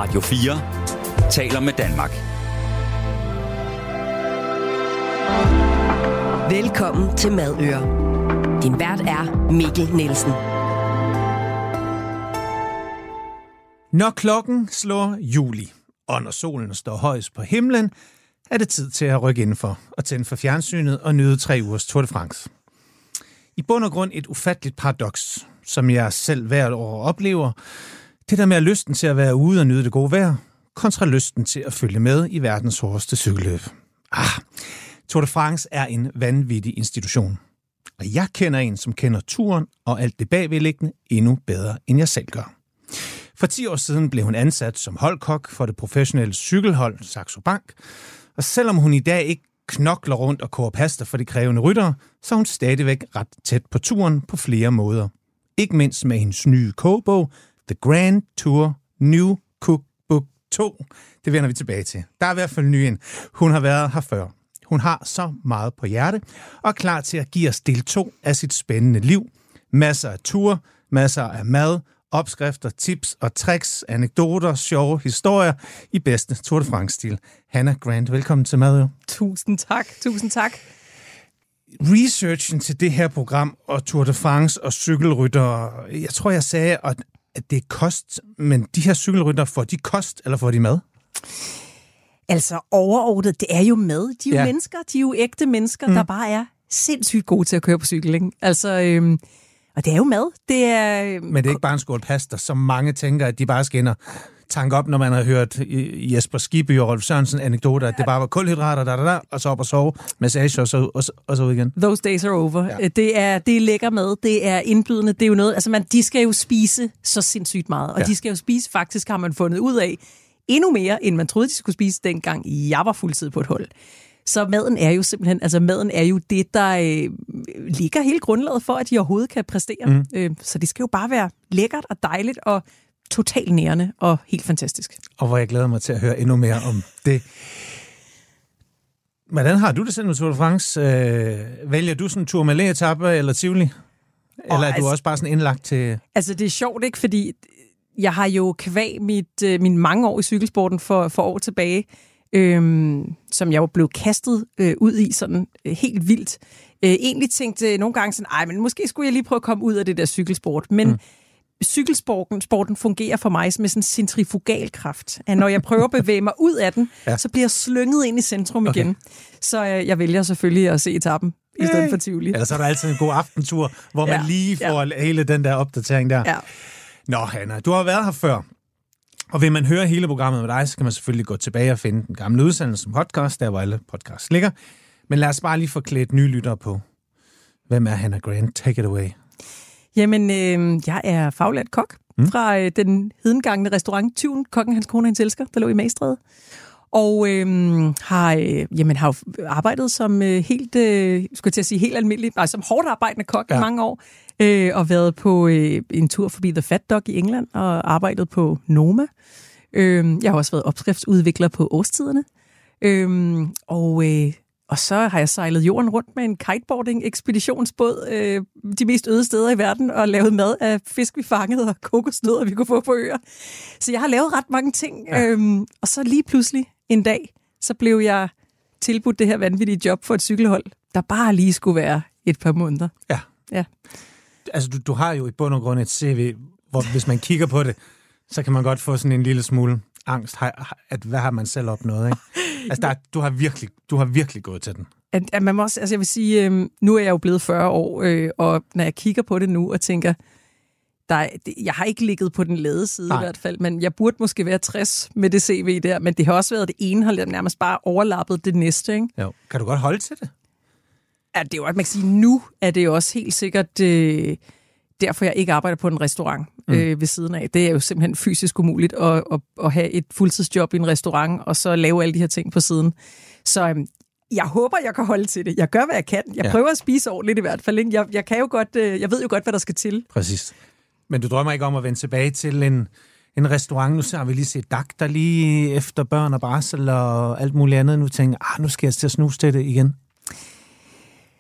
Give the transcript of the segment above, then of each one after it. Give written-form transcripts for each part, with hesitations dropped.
Radio 4 taler med Danmark. Velkommen til Madøre. Din vært er Mikkel Nielsen. Når klokken slår juli, og når solen står højst på himlen, er det tid til at rykke indenfor og tænde for fjernsynet og nyde 3 ugers Tour de France. I bund og grund et ufatteligt paradoks, som jeg selv hvert år oplever. Det der med lysten til at være ude og nyde det gode vejr, kontra lysten til at følge med i verdens hårdeste cykelløb. Tour de France er en vanvittig institution. Og jeg kender en, som kender turen og alt det bagvedliggende endnu bedre, end jeg selv gør. For 10 år siden blev hun ansat som holdkok for det professionelle cykelhold Saxo Bank. Og selvom hun i dag ikke knokler rundt og koger pasta for de krævende ryttere, så er hun stadigvæk ret tæt på turen på flere måder. Ikke mindst med hendes nye kogebog, The Grand Tour New Cookbook 2. Det vender vi tilbage til. Der er i hvert fald ny en. Hun har været her før. Hun har så meget på hjerte og er klar til at give os del 2 af sit spændende liv. Masser af ture, masser af mad, opskrifter, tips og tricks, anekdoter, sjove historier i bedste Tour de France-stil. Hannah Grant, velkommen til Madøre. Tusind tak. Researchen til det her program og Tour de France og cykelryttere, jeg tror, jeg sagde, at det er kost, men de her cykelryttere, får de kost, eller får de mad? Altså overordnet, det er jo mad. De er jo mennesker, de er jo ægte mennesker, der bare er sindssygt gode til at køre på cykel, ikke? Altså, og det er jo mad. Det er, men det er ikke bare en skål pasta, som mange tænker, at de bare skal ind og tanke op, når man har hørt Jesper Skibby og Rolf Sørensen anekdoter, at det bare var kulhydrater, og så op og sove, massage og så ud igen. Those days are over. Ja. Det er lækker mad, det er indbydende, det er jo noget, altså de skal jo spise så sindssygt meget, og de skal jo spise, faktisk har man fundet ud af, endnu mere, end man troede, de skulle spise, dengang jeg var fuldtid på et hold. Så maden er jo simpelthen, altså maden er jo det, der ligger hele grundlaget for, at de overhovedet kan præstere. Så det skal jo bare være lækkert og dejligt og totalt nærende og helt fantastisk. Og hvor jeg glæder mig til at høre endnu mere om det. Hvordan har du det selv med Tour de France? Vælger du sådan en Tourmalet-etape eller Tivoli? Eller er du også bare sådan indlagt til... Altså det er sjovt, ikke? Fordi jeg har jo kvæg min mange år i cykelsporten for år tilbage, som jeg jo blev kastet ud i sådan helt vildt. Egentlig tænkte nogle gange sådan, men måske skulle jeg lige prøve at komme ud af det der cykelsport. Men cykelsporten fungerer for mig med sådan en centrifugalkraft. At når jeg prøver at bevæge mig ud af den, så bliver jeg slynget ind i centrum igen. Så jeg vælger selvfølgelig at se etappen i stedet for Tivoli. Eller så er der altid en god aftentur, hvor man lige får hele den der opdatering der. Ja. Nå, Hannah, du har været her før. Og vil man høre hele programmet med dig, så kan man selvfølgelig gå tilbage og finde den gamle udsendelse som podcast, der hvor alle podcasts ligger. Men lad os bare lige få klædt nye lyttere på. Hvem er Hannah Grant? Take it away. Jamen, jeg er faglært kok fra den hedengangne restaurant Tyven, Kokken Hans Kone Hans Elsker, der lå i Magstræde. Og har jo arbejdet som helt almindelig, som hårdt arbejdende kok i mange år. Og været på en tur forbi The Fat Dog i England og arbejdet på Noma. Jeg har også været opskriftsudvikler på Årstiderne. Og så har jeg sejlet jorden rundt med en kiteboarding-ekspeditionsbåd de mest øde steder i verden og lavet mad af fisk, vi fangede og kokosnødder, vi kunne få på øer. Så jeg har lavet ret mange ting. Og så lige pludselig en dag, så blev jeg tilbudt det her vanvittige job for et cykelhold, der bare lige skulle være et par måneder. Ja. Altså, du har jo i bund og grund et CV, hvor hvis man kigger på det, så kan man godt få sådan en lille smule angst, at hvad har man selv opnået, ikke? Altså, du har virkelig gået til den. At man må også, altså jeg vil sige, nu er jeg jo blevet 40 år, og når jeg kigger på det nu og tænker, jeg har ikke ligget på den lade side i hvert fald, men jeg burde måske være 60 med det CV der, men det har også været det ene, har nærmest bare overlappet det næste, ikke? Jo. Kan du godt holde til det? Ja, det er jo, man kan sige, nu er det jo også helt sikkert derfor, jeg ikke arbejder på en restaurant ved siden af. Det er jo simpelthen fysisk umuligt at have et fuldtidsjob i en restaurant, og så lave alle de her ting på siden. Så jeg håber, jeg kan holde til det. Jeg gør, hvad jeg kan. Jeg prøver at spise ordentligt i hvert fald. Ikke? Jeg kan jo godt, jeg ved jo godt, hvad der skal til. Præcis. Men du drømmer ikke om at vende tilbage til en restaurant? Nu så har vi lige set Dag, der lige efter børn og barsel og alt muligt andet. Nu tænker jeg, nu skal jeg til at snuse til det igen.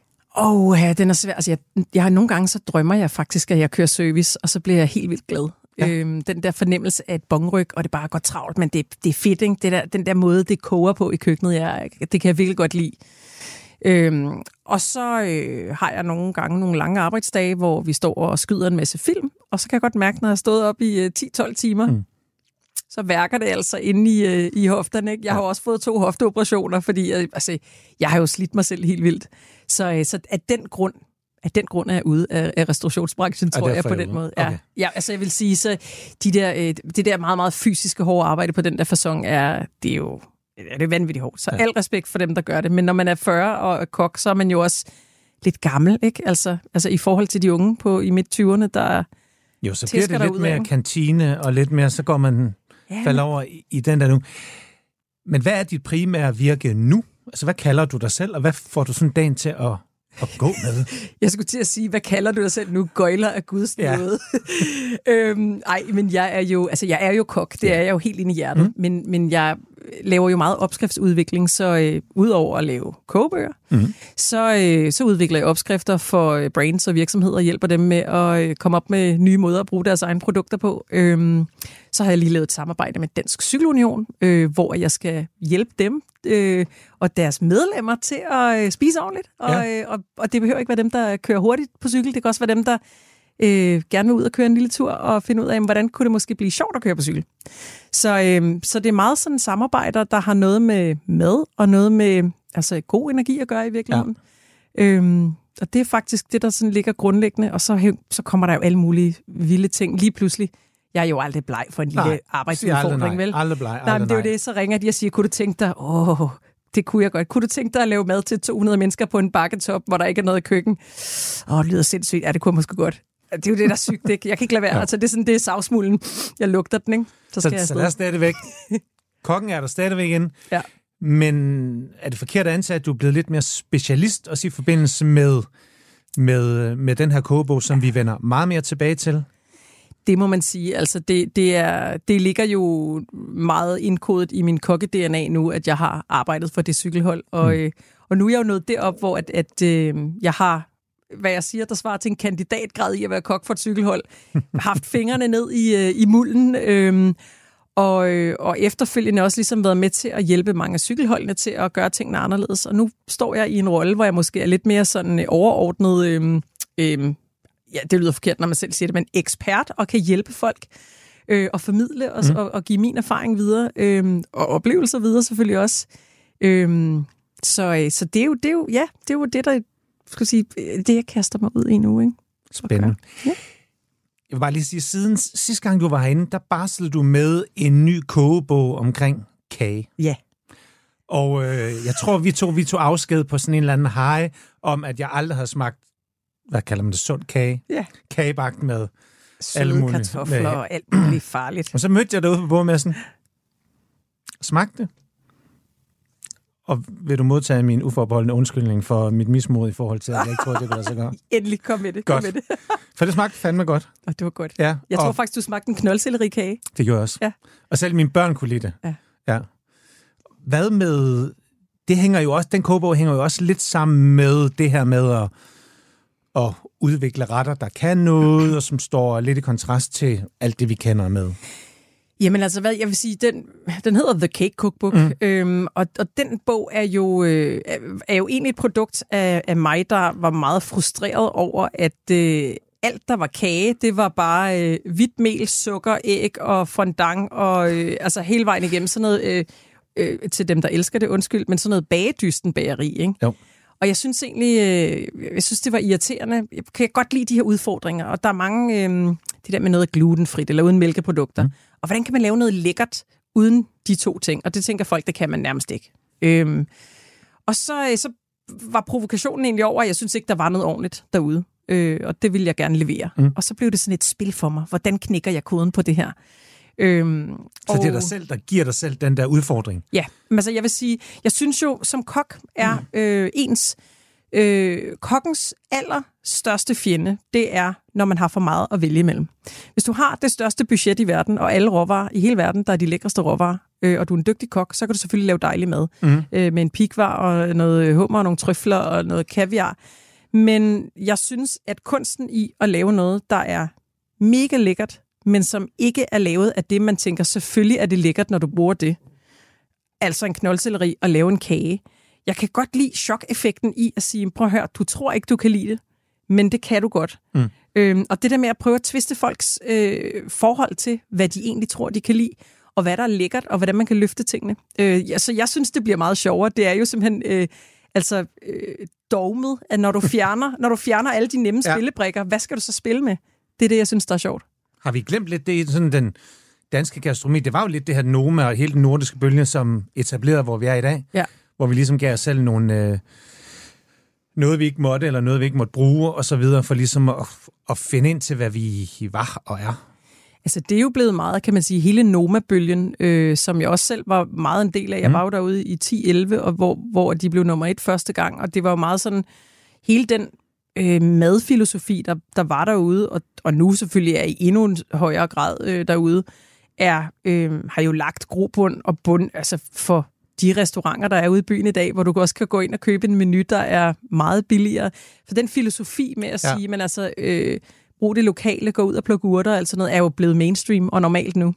Den er svær. Altså, jeg nogle gange så drømmer jeg faktisk, at jeg kører service, og så bliver jeg helt vildt glad. Ja. Den der fornemmelse af et bongryg, og det bare går travlt, men det er fedt, ikke? Den der måde, det koger på i køkkenet, det kan jeg virkelig godt lide. Og så har jeg nogle gange nogle lange arbejdsdage, hvor vi står og skyder en masse film, og så kan jeg godt mærke, når jeg har stået op i 10-12 timer, så værker det altså inde i hofterne. Ikke? Jeg har også fået 2 hofteoperationer, fordi jeg har jo slidt mig selv helt vildt. Så af den grund er jeg ude af restaurationsbranchen, tror jeg, på den måde. Okay. Ja, altså jeg vil sige, så det der meget, meget fysiske hårde arbejde på den der facon, det er vanvittigt hårdt. Så al respekt for dem, der gør det. Men når man er 40 og er kok, så er man jo også lidt gammel, ikke? Altså i forhold til de unge i midt-20'erne, der jo, så bliver det lidt mere kantine, og lidt mere, så går man falder over i den der nu. Men hvad er dit primære virke nu? Altså, hvad kalder du dig selv, og hvad får du sådan dagen til at gå med? Jeg skulle til at sige, hvad kalder du dig selv nu? Gøjler af Guds nåde. Men jeg er jo kok. Det er jeg jo helt inde i hjertet. Men jeg laver jo meget opskriftsudvikling, så udover at lave kogebøger, så udvikler jeg opskrifter for brands og virksomheder og hjælper dem med at komme op med nye måder at bruge deres egne produkter på. Så har jeg lige lavet et samarbejde med Dansk Cykelunion, hvor jeg skal hjælpe dem og deres medlemmer til at spise ordentligt. Og det behøver ikke være dem, der kører hurtigt på cykel. Det kan også være dem, der gerne vil ud og køre en lille tur og finde ud af, hvordan kunne det måske blive sjovt at køre på cykel. Så det er meget sådan samarbejder, der har noget med mad og noget med god energi at gøre i virkeligheden. Ja. Og det er faktisk det, der sådan ligger grundlæggende, og så kommer der jo alle mulige vilde ting. Lige pludselig, jeg er jo aldrig bleg for en lille arbejdsudfordring, vel? Aldrig bleg. Nej, men det er jo det, så ringer de og siger, kunne du tænke dig, det kunne jeg godt. Kunne du tænke dig at lave mad til 200 mennesker på en bakketop, hvor der ikke er noget i køkken? Det lyder sindssygt. Ja, det kunne jeg måske godt. Det er jo det, der er sygt, ikke? Jeg kan ikke lade være. Altså, det er savsmulden. Jeg lugter den, ikke? Så lad os stadigvæk. Kokken er der stadigvæk inde. Ja. Men er det forkert at antage, at du er blevet lidt mere specialist, også i forbindelse med den her kogebog, som vi vender meget mere tilbage til? Det må man sige. Altså, det ligger jo meget indkodet i min kokke-DNA nu, at jeg har arbejdet for det cykelhold. Og nu er jeg jo nået derop, hvor at jeg har, hvad jeg siger, der svarer til en kandidatgrad i at være kok for et cykelhold. Haft fingrene ned i mulden, og efterfølgende også ligesom været med til at hjælpe mange af cykelholdene til at gøre tingene anderledes. Og nu står jeg i en rolle, hvor jeg måske er lidt mere sådan overordnet, det lyder forkert, når man selv siger det, men ekspert og kan hjælpe folk og formidle og give min erfaring videre, og oplevelser videre selvfølgelig også. Så det er jo det, der skal sige, det jeg kaster mig ud i nu, ikke? Spændende. Ja. Jeg vil bare lige sige, siden sidste gang du var herinde, der barslede du med en ny kogebog omkring kage. Ja. Og jeg tror, vi tog afsked på sådan en eller anden high, om at jeg aldrig havde smagt, hvad kalder man det, sund kage? Ja. Kagebagt med alle mulige kartofler og alt muligt farligt. Og så mødte jeg derude på bogmessen. Smagte det. Og vil du modtage min uforbeholdende undskyldning for mit mismod i forhold til, at jeg ikke tror, det kunne lade sig gøre? Endelig, kom med det. Godt. For det smagte fandme godt. Og det var godt. Ja, jeg tror faktisk, du smagte en knoldsellerikage. Det gjorde jeg også. Ja. Og selv mine børn kunne lide det. Ja. Hvad med... Det hænger jo også, den kogebog hænger jo også lidt sammen med det her med at udvikle retter, der kan noget, og som står lidt i kontrast til alt det, vi kender med. Jamen altså, hvad jeg vil sige, den hedder The Cake Cookbook, og den bog er jo egentlig et produkt af mig, der var meget frustreret over, at alt, der var kage, det var bare hvidt mel, sukker, æg og fondant, og altså hele vejen igennem sådan noget, til dem, der elsker det, undskyld, men sådan noget bagedystenbageri, ikke? Jo. Og jeg synes egentlig, det var irriterende. Jeg kan godt lide de her udfordringer, og der er mange, det der med noget glutenfrit eller uden mælkeprodukter. Og hvordan kan man lave noget lækkert uden de to ting? Og det tænker folk, det kan man nærmest ikke. Og så var provokationen egentlig over, at jeg synes ikke, der var noget ordentligt derude. Og det ville jeg gerne levere. Og så blev det sådan et spil for mig. Hvordan knækker jeg koden på det her? Så det er dig selv, der giver dig selv den der udfordring? Ja, men altså jeg vil sige, jeg synes jo, som kok er kokkens allerstørste fjende, det er, når man har for meget at vælge imellem. Hvis du har det største budget i verden, og alle råvarer i hele verden, der er de lækreste råvarer, og du er en dygtig kok, så kan du selvfølgelig lave dejlig mad. Med en pighvar og noget hummer og nogle trøfler og noget kaviar. Men jeg synes, at kunsten i at lave noget, der er mega lækkert, men som ikke er lavet af det, man tænker, selvfølgelig er det lækkert, når du bruger det. Altså en knoldselleri og lave en kage. Jeg kan godt lide chok-effekten i at sige, prøv at høre, du tror ikke, du kan lide det, men det kan du godt. Og det der med at prøve at tviste folks forhold til, hvad de egentlig tror, de kan lide, og hvad der er lækkert, og hvordan man kan løfte tingene. Så jeg synes, det bliver meget sjovere. Det er jo simpelthen dogmet, at når du fjerner alle de nemme spillebrikker, hvad skal du så spille med? Det er det, jeg synes, der er sjovt. Har vi glemt lidt det i sådan den danske gastronomi? Det var jo lidt det her Noma og hele den nordiske bølge, som etablerede, hvor vi er i dag. Ja. Hvor vi ligesom gav os selv nogle... noget, vi ikke måtte, eller noget, vi ikke måtte bruge, og så videre, for ligesom at finde ind til, hvad vi var og er. Altså, det er jo blevet meget, kan man sige, hele Noma-bølgen, som jeg også selv var meget en del af. Jeg var jo derude i 10-11, og hvor de blev nummer 1 første gang, og det var jo meget sådan, hele den madfilosofi, der var derude, og nu selvfølgelig er i endnu en højere grad derude, har jo lagt grobund og bund, altså for de restauranter, der er ude i byen i dag, hvor du også kan gå ind og købe en menu, der er meget billigere. For den filosofi med at sige, men altså, brug det lokale, gå ud og plukke urter, altså noget, er jo blevet mainstream og normalt nu.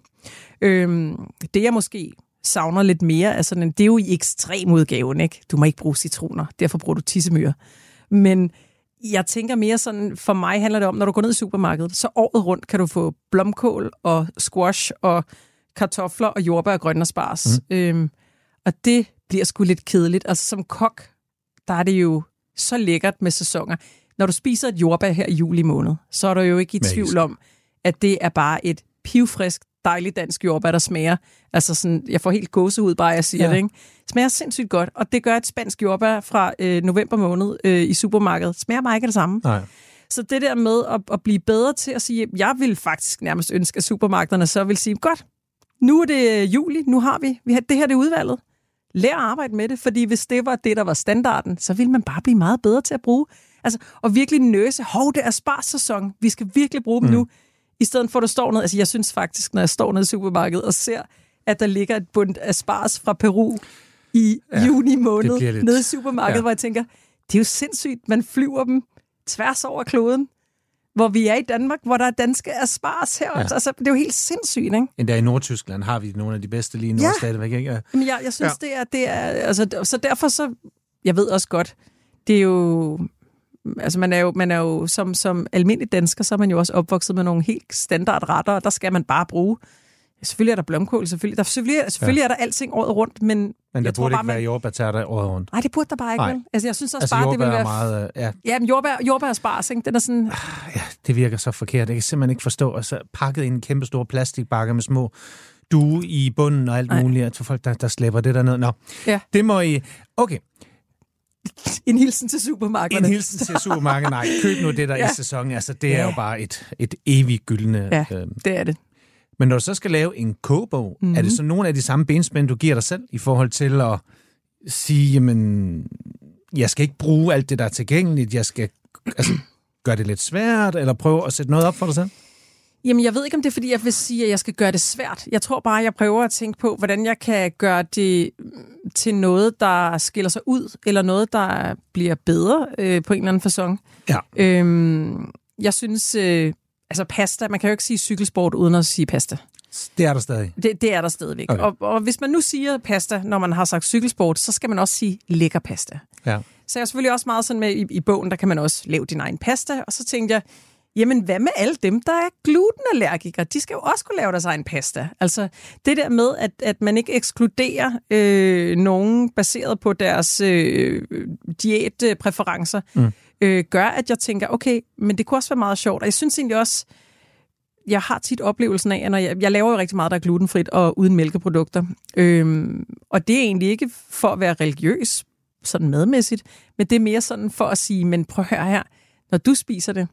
Det jeg måske savner lidt mere, altså, det er jo i ekstrem udgaven, ikke? Du må ikke bruge citroner, derfor bruger du tissemyrer. Men jeg tænker mere sådan, for mig handler det om, når du går ned i supermarkedet, så året rundt kan du få blomkål og squash og kartofler og jordbær og grøn og spars. Og det bliver sgu lidt kedeligt. Altså som kok, der er det jo så lækkert med sæsoner. Når du spiser et jordbær her i juli måned, så er du jo ikke i tvivl om, at det er bare et pivfrisk, dejligt dansk jordbær, der smager. Altså sådan, jeg får helt gåsehud bare, jeg siger det, ikke? Smager sindssygt godt, og det gør et spansk jordbær fra november måned i supermarkedet. Smager bare ikke det samme. Nej. Så det der med at blive bedre til at sige, jeg vil faktisk nærmest ønske, at supermarkederne så vil sige, godt, nu er det juli, nu har vi det her, det er udvalget. Lær at arbejde med det, fordi hvis det var det, der var standarden, så ville man bare blive meget bedre til at bruge. Altså, og virkelig nøse, det er sparsæson, vi skal virkelig bruge dem nu, i stedet for at der står noget. Altså, jeg synes faktisk, når jeg står nede i supermarkedet og ser, at der ligger et bund af spars fra Peru i juni måned nede i supermarkedet, hvor jeg tænker, det er jo sindssygt, man flyver dem tværs over kloden, hvor vi er i Danmark, hvor der er danske asparges her. Ja. Altså, det er jo helt sindssygt, ikke? Endda i Nordtyskland har vi nogle af de bedste lige nu stadigvæk, ikke? Ja. Men jeg synes, det er altså, så derfor så, jeg ved også godt, det er jo, altså man er jo som almindelig dansker, så er man jo også opvokset med nogle helt standardretter, og der skal man bare bruge. Selvfølgelig er der blomkål, selvfølgelig er der alting året rundt, men der burde ikke være jordbærtærter året rundt. Nej, det burde der bare ikke, vel? Altså, jeg synes også bare, det vil være... Meget, ja, men jordbær og spars, ikke? Den er sådan... Ja, det virker så forkert. Jeg kan simpelthen ikke forstå, og så pakket i en kæmpe stor plastikbakke med små due i bunden og alt muligt, for folk, der slæber det derned. Nå, det må I... Okay. En hilsen til supermarkederne. En hilsen til supermarkedet. Nej, køb nu det der i sæsonen. Altså, det er jo bare et evigt gyldne... Ja, det er det. Men når du så skal lave en kogebog, er det så nogle af de samme benspænd, du giver dig selv, i forhold til at sige, jamen, jeg skal ikke bruge alt det, der er tilgængeligt, jeg skal gøre det lidt svært, eller prøve at sætte noget op for dig selv? Jamen, jeg ved ikke, om det er, fordi jeg vil sige, at jeg skal gøre det svært. Jeg tror bare, jeg prøver at tænke på, hvordan jeg kan gøre det til noget, der skiller sig ud, eller noget, der bliver bedre på en eller anden facon. Ja. Jeg synes... Altså pasta, man kan jo ikke sige cykelsport uden at sige pasta. Det er der stadig. Det er der stadigvæk. Okay. Og hvis man nu siger pasta, når man har sagt cykelsport, så skal man også sige lækker pasta. Ja. Så jeg er selvfølgelig også meget sådan med i bogen, der kan man også lave din egen pasta. Og så tænkte jeg, jamen hvad med alle dem, der er glutenallergikere? De skal jo også kunne lave deres egen pasta. Altså det der med, at man ikke ekskluderer nogen baseret på deres diætpræferencer, gør, at jeg tænker, okay, men det kunne også være meget sjovt. Og jeg synes egentlig også, jeg har tit oplevelsen af, at når jeg laver jo rigtig meget, der er glutenfrit og uden mælkeprodukter. Og det er egentlig ikke for at være religiøs, sådan madmæssigt, men det er mere sådan for at sige, men prøv at høre her, når du spiser det,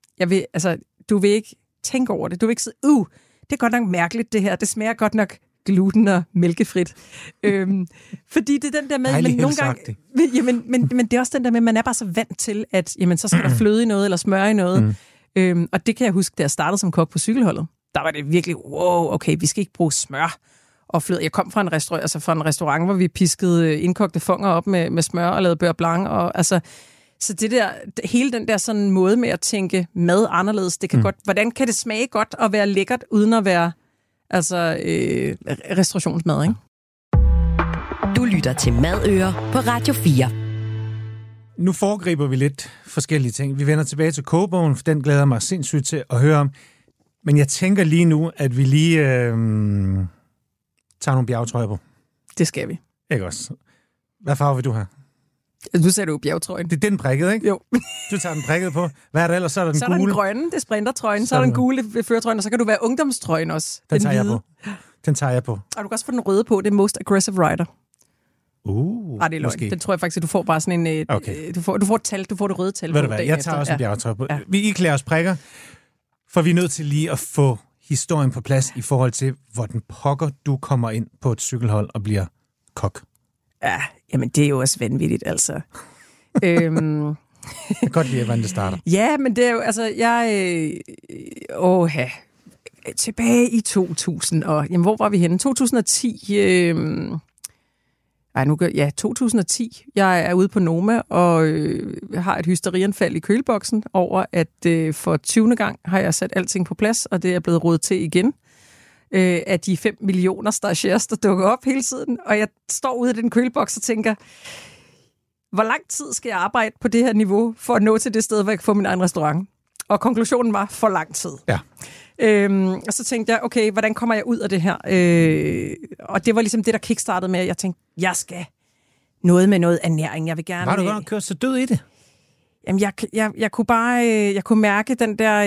du vil ikke tænke over det. Du vil ikke sige, det er godt nok mærkeligt det her, det smager godt nok gluten og mælkefrit. Fordi det er den der med, men nogle gange, men det er også den der med, man er bare så vant til, at jamen, så skal der fløde i noget, eller smør i noget. Og det kan jeg huske, da jeg startede som kok på cykelholdet. Der var det virkelig, okay, vi skal ikke bruge smør og fløde. Jeg kom fra en restaurant, hvor vi piskede indkogte fonger op med smør og lavede beurre blanc, og altså, Så det der, hele den der sådan måde med at tænke mad anderledes, det kan godt, hvordan kan det smage godt og være lækkert, uden at være restaurationsmad, ikke? Du lytter til Madøer på Radio 4. Nu foregriber vi lidt forskellige ting. Vi vender tilbage til kogebogen, for den glæder mig sindssygt til at høre om. Men jeg tænker lige nu, at vi lige tager nogle bjergetrøjer på. Det skal vi. Ikke også? Hvad farve vil du have? Nu ser du bjergetrøjen. Det er den prikket, ikke? Jo. Du tager den prikket på. Hvad er der ellers? Så er der den så gule. Så er der den grønne, det er sprintertrøjen. Så er der den gule førertrøjen, og så kan du være ungdomstrøjen også. Den tager jeg på. Den tager jeg på. Og du kan også få den røde på. Det er Most Aggressive Rider. Det er løgn. Den tror jeg faktisk, at du får bare sådan en... Okay. Du får et tal, du får det røde tal. Ved du hvad, jeg tager også en bjergetrøje på. Ja. Vi iklæder os prikker, for vi er nødt til lige at få historien på plads i forhold til, hvor den pokker du kommer ind på et cykelhold og bliver kok. Ja, jamen det er jo også vanvittigt, altså. Jeg kan godt lide, hvordan det starter. Ja, men det er jo, altså, tilbage i 2000, og jamen, hvor var vi henne? 2010, 2010. Jeg er ude på Noma og har et hysterianfald i køleboksen over, at for 20. gang har jeg sat alting på plads, og det er blevet rodet til igen af de 5 millioner stagiaires, der dukker op hele tiden. Og jeg står ude i den køleboks og tænker, hvor lang tid skal jeg arbejde på det her niveau for at nå til det sted, hvor jeg kan få min egen restaurant? Og konklusionen var, for lang tid. Ja. Og så tænkte jeg, okay, hvordan kommer jeg ud af det her? Og det var ligesom det, der kickstartede med, at jeg tænkte, jeg skal noget med noget ernæring. Jeg vil gerne... Var du godt køre så død i det? Jamen, jeg kunne bare... jeg kunne mærke den der...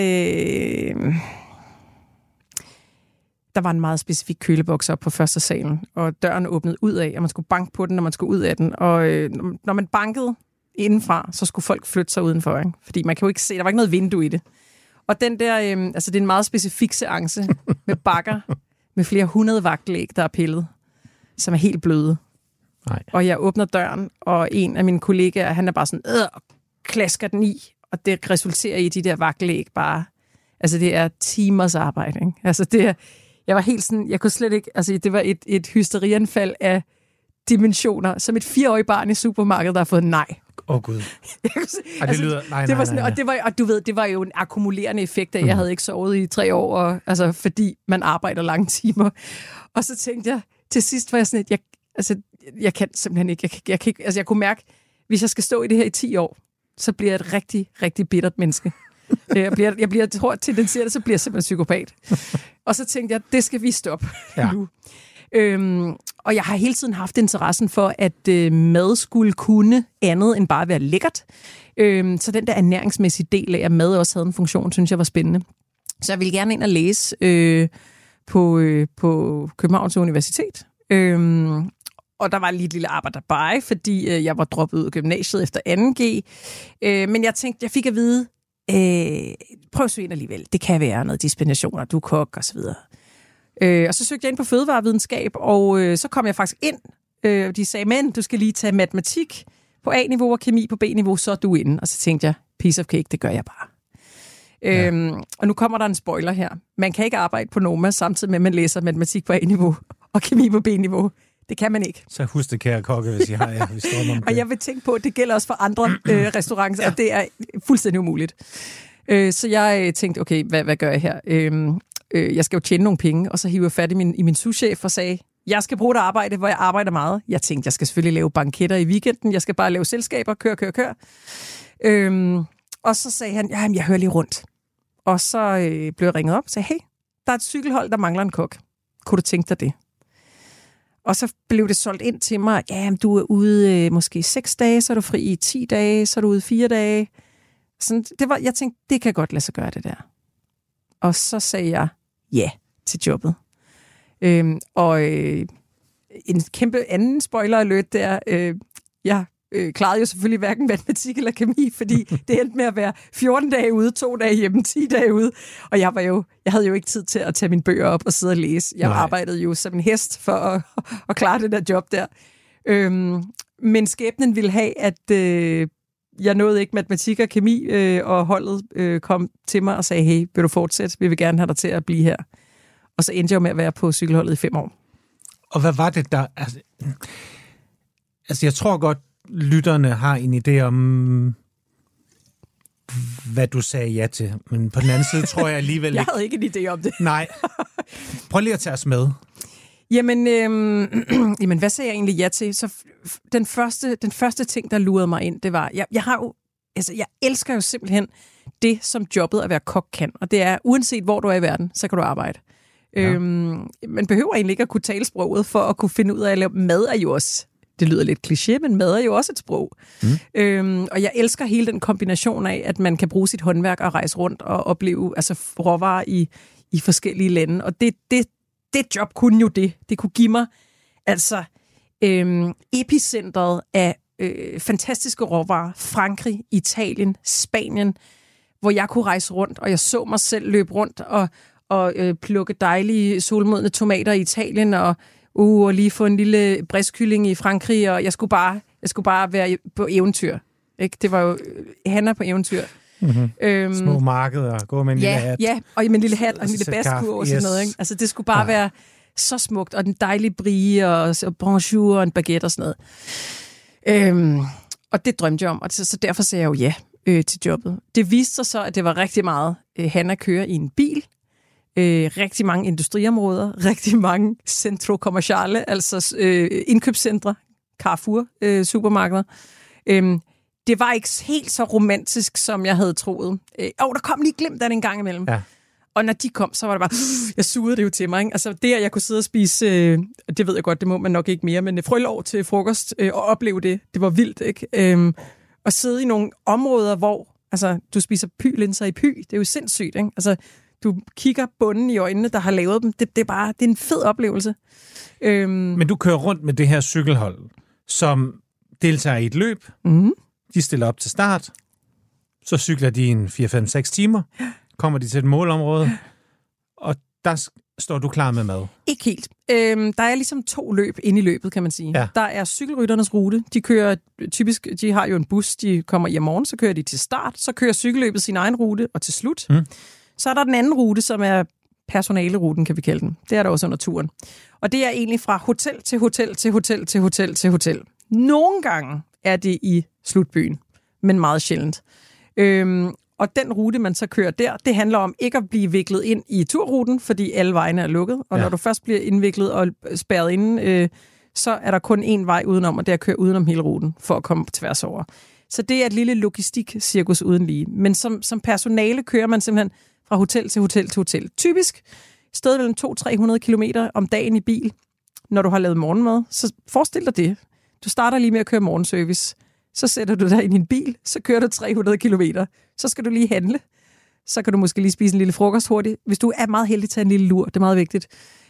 der var en meget specifik køleboks op på første salen, og døren åbnede ud af, og man skulle banke på den, når man skulle ud af den. Og når man bankede indenfra, så skulle folk flytte sig udenfor, ikke? Fordi man kan jo ikke se, der var ikke noget vindue i det. Og den der, det er en meget specifik seance med bakker med flere 100 vagtelæg, der er pillet, som er helt bløde. Nej. Og jeg åbner døren, og en af mine kollegaer, han er bare sådan, og klasker den i, og det resulterer i de der vagtelæg bare, altså det er timers arbejde, ikke? Altså det er, jeg var helt sådan, jeg kunne slet ikke, altså det var et hysterianfald af dimensioner, som et 4-årig barn i supermarkedet, der har fået nej. Gud. Det lyder... Nej. Og det var, og du ved, det var jo en akkumulerende effekt af, at jeg havde ikke sovet i 3 år, og, altså, fordi man arbejder lange timer. Og så tænkte jeg, til sidst var jeg sådan, jeg kan simpelthen ikke, jeg kan ikke, altså jeg kunne mærke, hvis jeg skal stå i det her i 10 år, så bliver jeg et rigtig, rigtig bittert menneske. Jeg tror, tendenserer det, så bliver jeg simpelthen psykopat. Og så tænkte jeg, det skal vi stoppe nu. Og jeg har hele tiden haft interessen for, at mad skulle kunne andet end bare være lækkert. Så den der ernæringsmæssige del af, at mad også havde en funktion, synes jeg var spændende. Så jeg ville gerne ind og læse på Københavns Universitet. Og der var lige et lille arbejde dabei, fordi jeg var droppet ud af gymnasiet efter 2G. Men jeg tænkte, jeg fik at vide, prøv så ind alligevel. Det kan være noget dispensation, du er kok og så videre. Og så søgte jeg ind på fødevarevidenskab, og så kom jeg faktisk ind. De sagde, men du skal lige tage matematik på A-niveau og kemi på B-niveau, så er du inde. Og så tænkte jeg, piece of cake, det gør jeg bare. Ja. Og nu kommer der en spoiler her. Man kan ikke arbejde på Noma, samtidig med, at man læser matematik på A-niveau og kemi på B-niveau. Det kan man ikke. Så husk det, kære kokke, hvis I har vi står og jeg vil tænke på, at det gælder også for andre restauranter, og det er fuldstændig umuligt. Så jeg tænkte, okay, hvad gør jeg her? Jeg skal jo tjene nogle penge, og så hiver jeg fat i min souschef og sagde, jeg skal bruge det arbejde, hvor jeg arbejder meget. Jeg tænkte, jeg skal selvfølgelig lave banketter i weekenden, jeg skal bare lave selskaber, kør. Og så sagde han, jamen, jeg hører lige rundt. Og så blev jeg ringet op og sagde, hey, der er et cykelhold, der mangler en kok. Kunne du tænke dig det? Og så blev det solgt ind til mig, jamen, du er ude måske 6 dage, så er du fri i 10 dage, så er du ude 4 dage. Sådan, jeg tænkte, det kan godt lade sig gøre, det der. Og så sagde jeg ja til jobbet. En kæmpe anden spoiler alert der. Jeg klarede jo selvfølgelig hverken matematik eller kemi, fordi det endte med at være 14 dage ude, 2 dage hjemme, 10 dage ude. Og jeg havde jo ikke tid til at tage mine bøger op og sidde og læse. Jeg arbejdede jo som en hest for at klare det der job der. Men skæbnen ville have, at jeg nåede ikke matematik og kemi, og holdet kom til mig og sagde, hey, vil du fortsætte? Vi vil gerne have dig til at blive her. Og så endte jeg jo med at være på cykelholdet i 5 år. Og hvad var det der... Altså jeg tror godt, lytterne har en idé om, hvad du sagde ja til. Men på den anden side tror jeg alligevel Jeg havde ikke en idé om det. Nej. Prøv lige at tage os med. Jamen, hvad sagde jeg egentlig ja til? Så den første ting, der lurede mig ind, det var, jeg elsker jo simpelthen det, som jobbet at være kok kan. Og det er, uanset hvor du er i verden, så kan du arbejde. Ja. Man behøver egentlig ikke at kunne tale sproget, for at kunne finde ud af at lave mad er jo også, det lyder lidt kliché, men mad er jo også et sprog. Og jeg elsker hele den kombination af, at man kan bruge sit håndværk og rejse rundt og opleve råvarer i forskellige lande. Og det job kunne jo det. Det kunne give mig epicentret af fantastiske råvarer. Frankrig, Italien, Spanien, hvor jeg kunne rejse rundt, og jeg så mig selv løbe rundt og plukke dejlige solmodne tomater i Italien, og lige få en lille bristkylling i Frankrig, og jeg skulle bare være på eventyr. Ikke? Det var jo Hanna på eventyr. Mm-hmm. Små markeder, gå med en lille hat. Ja, og med en lille hat og en lille baskur og sådan noget. Ikke? Altså, det skulle bare være så smukt, og den dejlige brie, og bonjour, og en baguette og sådan noget. Og det drømte jeg om, og så derfor sagde jeg jo ja til jobbet. Det viste sig så, at det var rigtig meget Hanna kører i en bil, rigtig mange industriområder, rigtig mange centro commerciale, altså indkøbscentre, Carrefour, supermarkeder. Det var ikke helt så romantisk, som jeg havde troet. Der kom lige glimt af det en gang imellem. Ja. Og når de kom, så var det bare, jeg sugede det jo til mig. Ikke? Altså det, at jeg kunne sidde og spise, det ved jeg godt, det må man nok ikke mere, men frølår til frokost og opleve det var vildt. Ikke? Og sidde i nogle områder, hvor du spiser linser i Py, det er jo sindssygt. Ikke? Altså, du kigger bunden i øjnene, der har lavet dem. Det er en fed oplevelse. Men du kører rundt med det her cykelhold, som deltager i et løb. Mm-hmm. De stiller op til start. Så cykler de en 4-5-6 timer. Kommer de til et målområde. Og der står du klar med mad. Ikke helt. Der er ligesom 2 løb inde i løbet, kan man sige. Ja. Der er cykelrytternes rute. De kører typisk, de har jo en bus, de kommer i morgen, så kører de til start. Så kører cykelløbet sin egen rute, og til slut. Så er der den anden rute, som er personaleruten, kan vi kalde den. Det er der også under turen. Og det er egentlig fra hotel til hotel til hotel til hotel til hotel. Nogle gange er det i slutbyen, men meget sjældent. Og den rute, man så kører der, det handler om ikke at blive viklet ind i turruten, fordi alle vejene er lukket. Og når du først bliver indviklet og spærret inde, så er der kun én vej udenom, og det er at køre udenom hele ruten for at komme tværs over. Så det er et lille logistikcirkus uden lige. Men som personale kører man simpelthen fra hotel til hotel til hotel. Typisk sted mellem 200-300 kilometer om dagen i bil, når du har lavet morgenmad. Så forestil dig det. Du starter lige med at køre morgenservice. Så sætter du dig ind i en bil, så kører du 300 kilometer. Så skal du lige handle. Så kan du måske lige spise en lille frokost hurtigt. Hvis du er meget heldig, tag en lille lur. Det er meget vigtigt.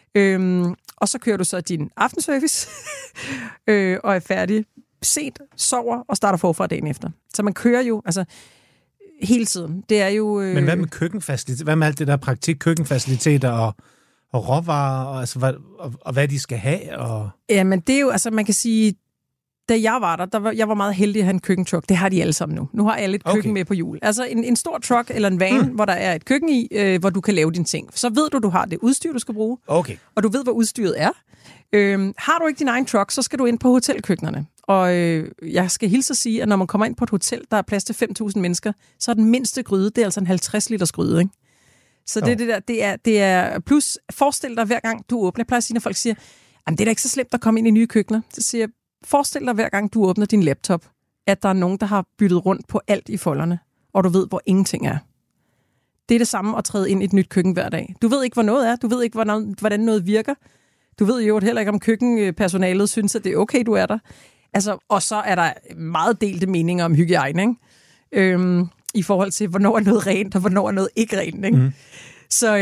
Og så kører du så din aftenservice og er færdig sent, sover og starter forfra dagen efter. Så man kører jo hele tiden. Det er jo... Men hvad med køkkenfaciliteter? Hvad med alt det der praktik, køkkenfaciliteter og råvarer, og hvad de skal have? Og... Jamen det er jo, man kan sige... Da jeg var der jeg var meget heldig at have en køkkentruck. Det har de alle sammen nu. Nu har alle et køkken med på hjul. Altså en stor truck eller en van, hvor der er et køkken i, hvor du kan lave dine ting. Så ved du har det udstyr, du skal bruge. Okay. Og du ved, hvor udstyret er. Har du ikke din egen truck, så skal du ind på hotelkøkkenerne. Og jeg skal hilse at sige, at når man kommer ind på et hotel, der er plads til 5.000 mennesker, så er den mindste gryde, det er altså en 50 liters gryde, ikke? Så det er plus, forestil dig hver gang du åbner. Jeg plejer at sige, når folk siger, det er da ikke så slemt at komme ind i nye køkkener. Så siger jeg, forestil dig hver gang du åbner din laptop, at der er nogen, der har byttet rundt på alt i folderne, og du ved, hvor ingenting er. Det er det samme at træde ind i et nyt køkken hver dag. Du ved ikke, hvor noget er. Du ved ikke, hvordan noget virker. Du ved jo heller ikke, om køkkenpersonalet synes, at det er okay, du er der. Og så er der meget delte meninger om hygiejne, ikke? I forhold til, hvornår er noget rent, og hvornår er noget ikke rent, ikke? Så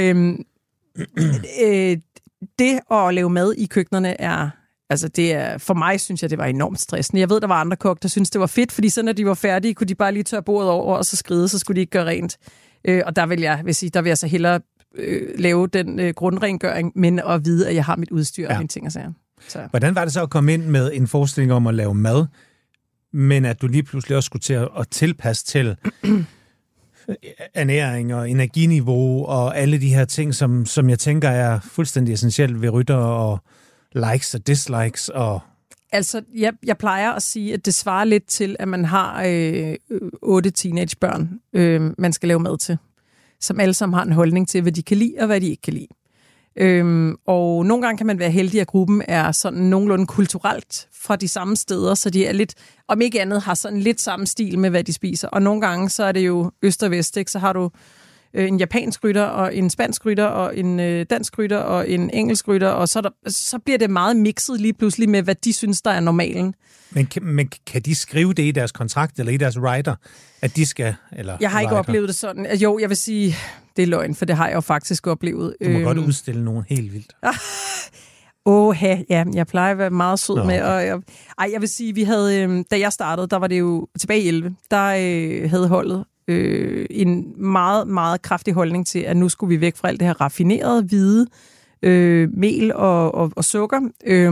det at lave mad i køkkenerne er... det er, for mig synes jeg, det var enormt stressende. Jeg ved, der var andre kok, der synes det var fedt, fordi så når de var færdige, kunne de bare lige tørre bordet over, og så skride, så skulle de ikke gøre rent. Og der vil jeg så hellere lave den grundrengøring, men at vide, at jeg har mit udstyr og mine ting og sager. Så. Hvordan var det så at komme ind med en forestilling om at lave mad, men at du lige pludselig også skulle til at tilpasse til ernæring og energiniveau og alle de her ting, som jeg tænker er fuldstændig essentielt ved rytter og likes og dislikes og Altså, jeg plejer at sige, at det svarer lidt til, at man har 8 teenagebørn, man skal lave mad til, som alle sammen har en holdning til, hvad de kan lide og hvad de ikke kan lide. Og nogle gange kan man være heldig, at gruppen er sådan nogenlunde kulturelt fra de samme steder, så de er lidt, om ikke andet, har sådan lidt samme stil med, hvad de spiser. Og nogle gange, så er det jo øst og vest, ikke? Så har du en japansk rytter, og en spansk rytter, og en dansk rytter, og en engelsk rytter, og så bliver det meget mixet lige pludselig med, hvad de synes, der er normalen. Men kan de skrive det i deres kontrakt, eller i deres rider, at de skal... Eller jeg har ikke oplevet det sådan. Jo, jeg vil sige, det er løgn, for det har jeg jo faktisk oplevet. Du må godt udstille nogen helt vildt. Ja, jeg plejer at være meget sød med. Og jeg vil sige, vi havde, da jeg startede, der var det jo tilbage i 11, der havde holdet en meget, meget kraftig holdning til, at nu skulle vi væk fra alt det her raffinerede, hvide mel og sukker.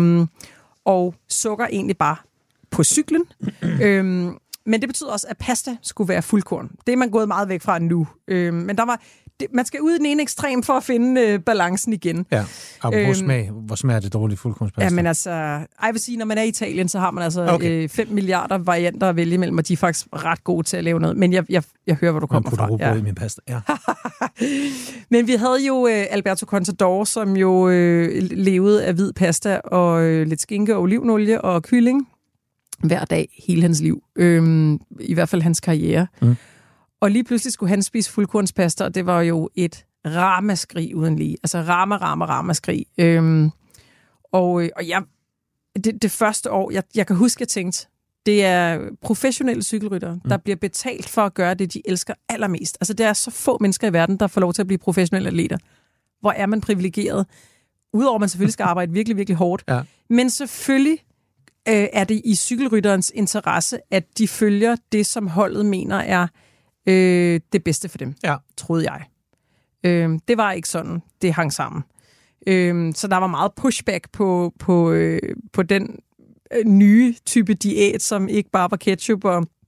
Og sukker egentlig bare på cyklen. Men det betyder også, at pasta skulle være fuldkorn. Det er man gået meget væk fra nu. Men man skal ud i den ene ekstrem for at finde balancen igen. Ja, og hvor smager det dårligt fuldkornspasta? Ja, men altså, jeg vil sige, når man er i Italien, så har man altså 5 milliarder varianter at vælge imellem, og de er faktisk ret gode til at lave noget. Men jeg hører, hvor du kommer fra. Man putter i min pasta, ja. Men vi havde jo Alberto Contador, som jo levede af hvid pasta og lidt skinke og olivenolie og kylling hver dag hele hans liv. I hvert fald hans karriere. Og lige pludselig skulle han spise fuldkornspasta, og det var jo et ramaskrig uden lige. Altså ramaskrig. Og jeg, det første år, jeg kan huske, jeg tænkte, det er professionelle cykelryttere, der bliver betalt for at gøre det, de elsker allermest. Altså, der er så få mennesker i verden, der får lov til at blive professionelle atleter. Hvor er man privilegeret? Udover at man selvfølgelig skal arbejde virkelig, virkelig hårdt. Ja. Men selvfølgelig er det i cykelrytterens interesse, at de følger det, som holdet mener er det bedste for dem, troede jeg. Det var ikke sådan, det hang sammen. Så der var meget pushback på den nye type diæt, som ikke bare var ketchup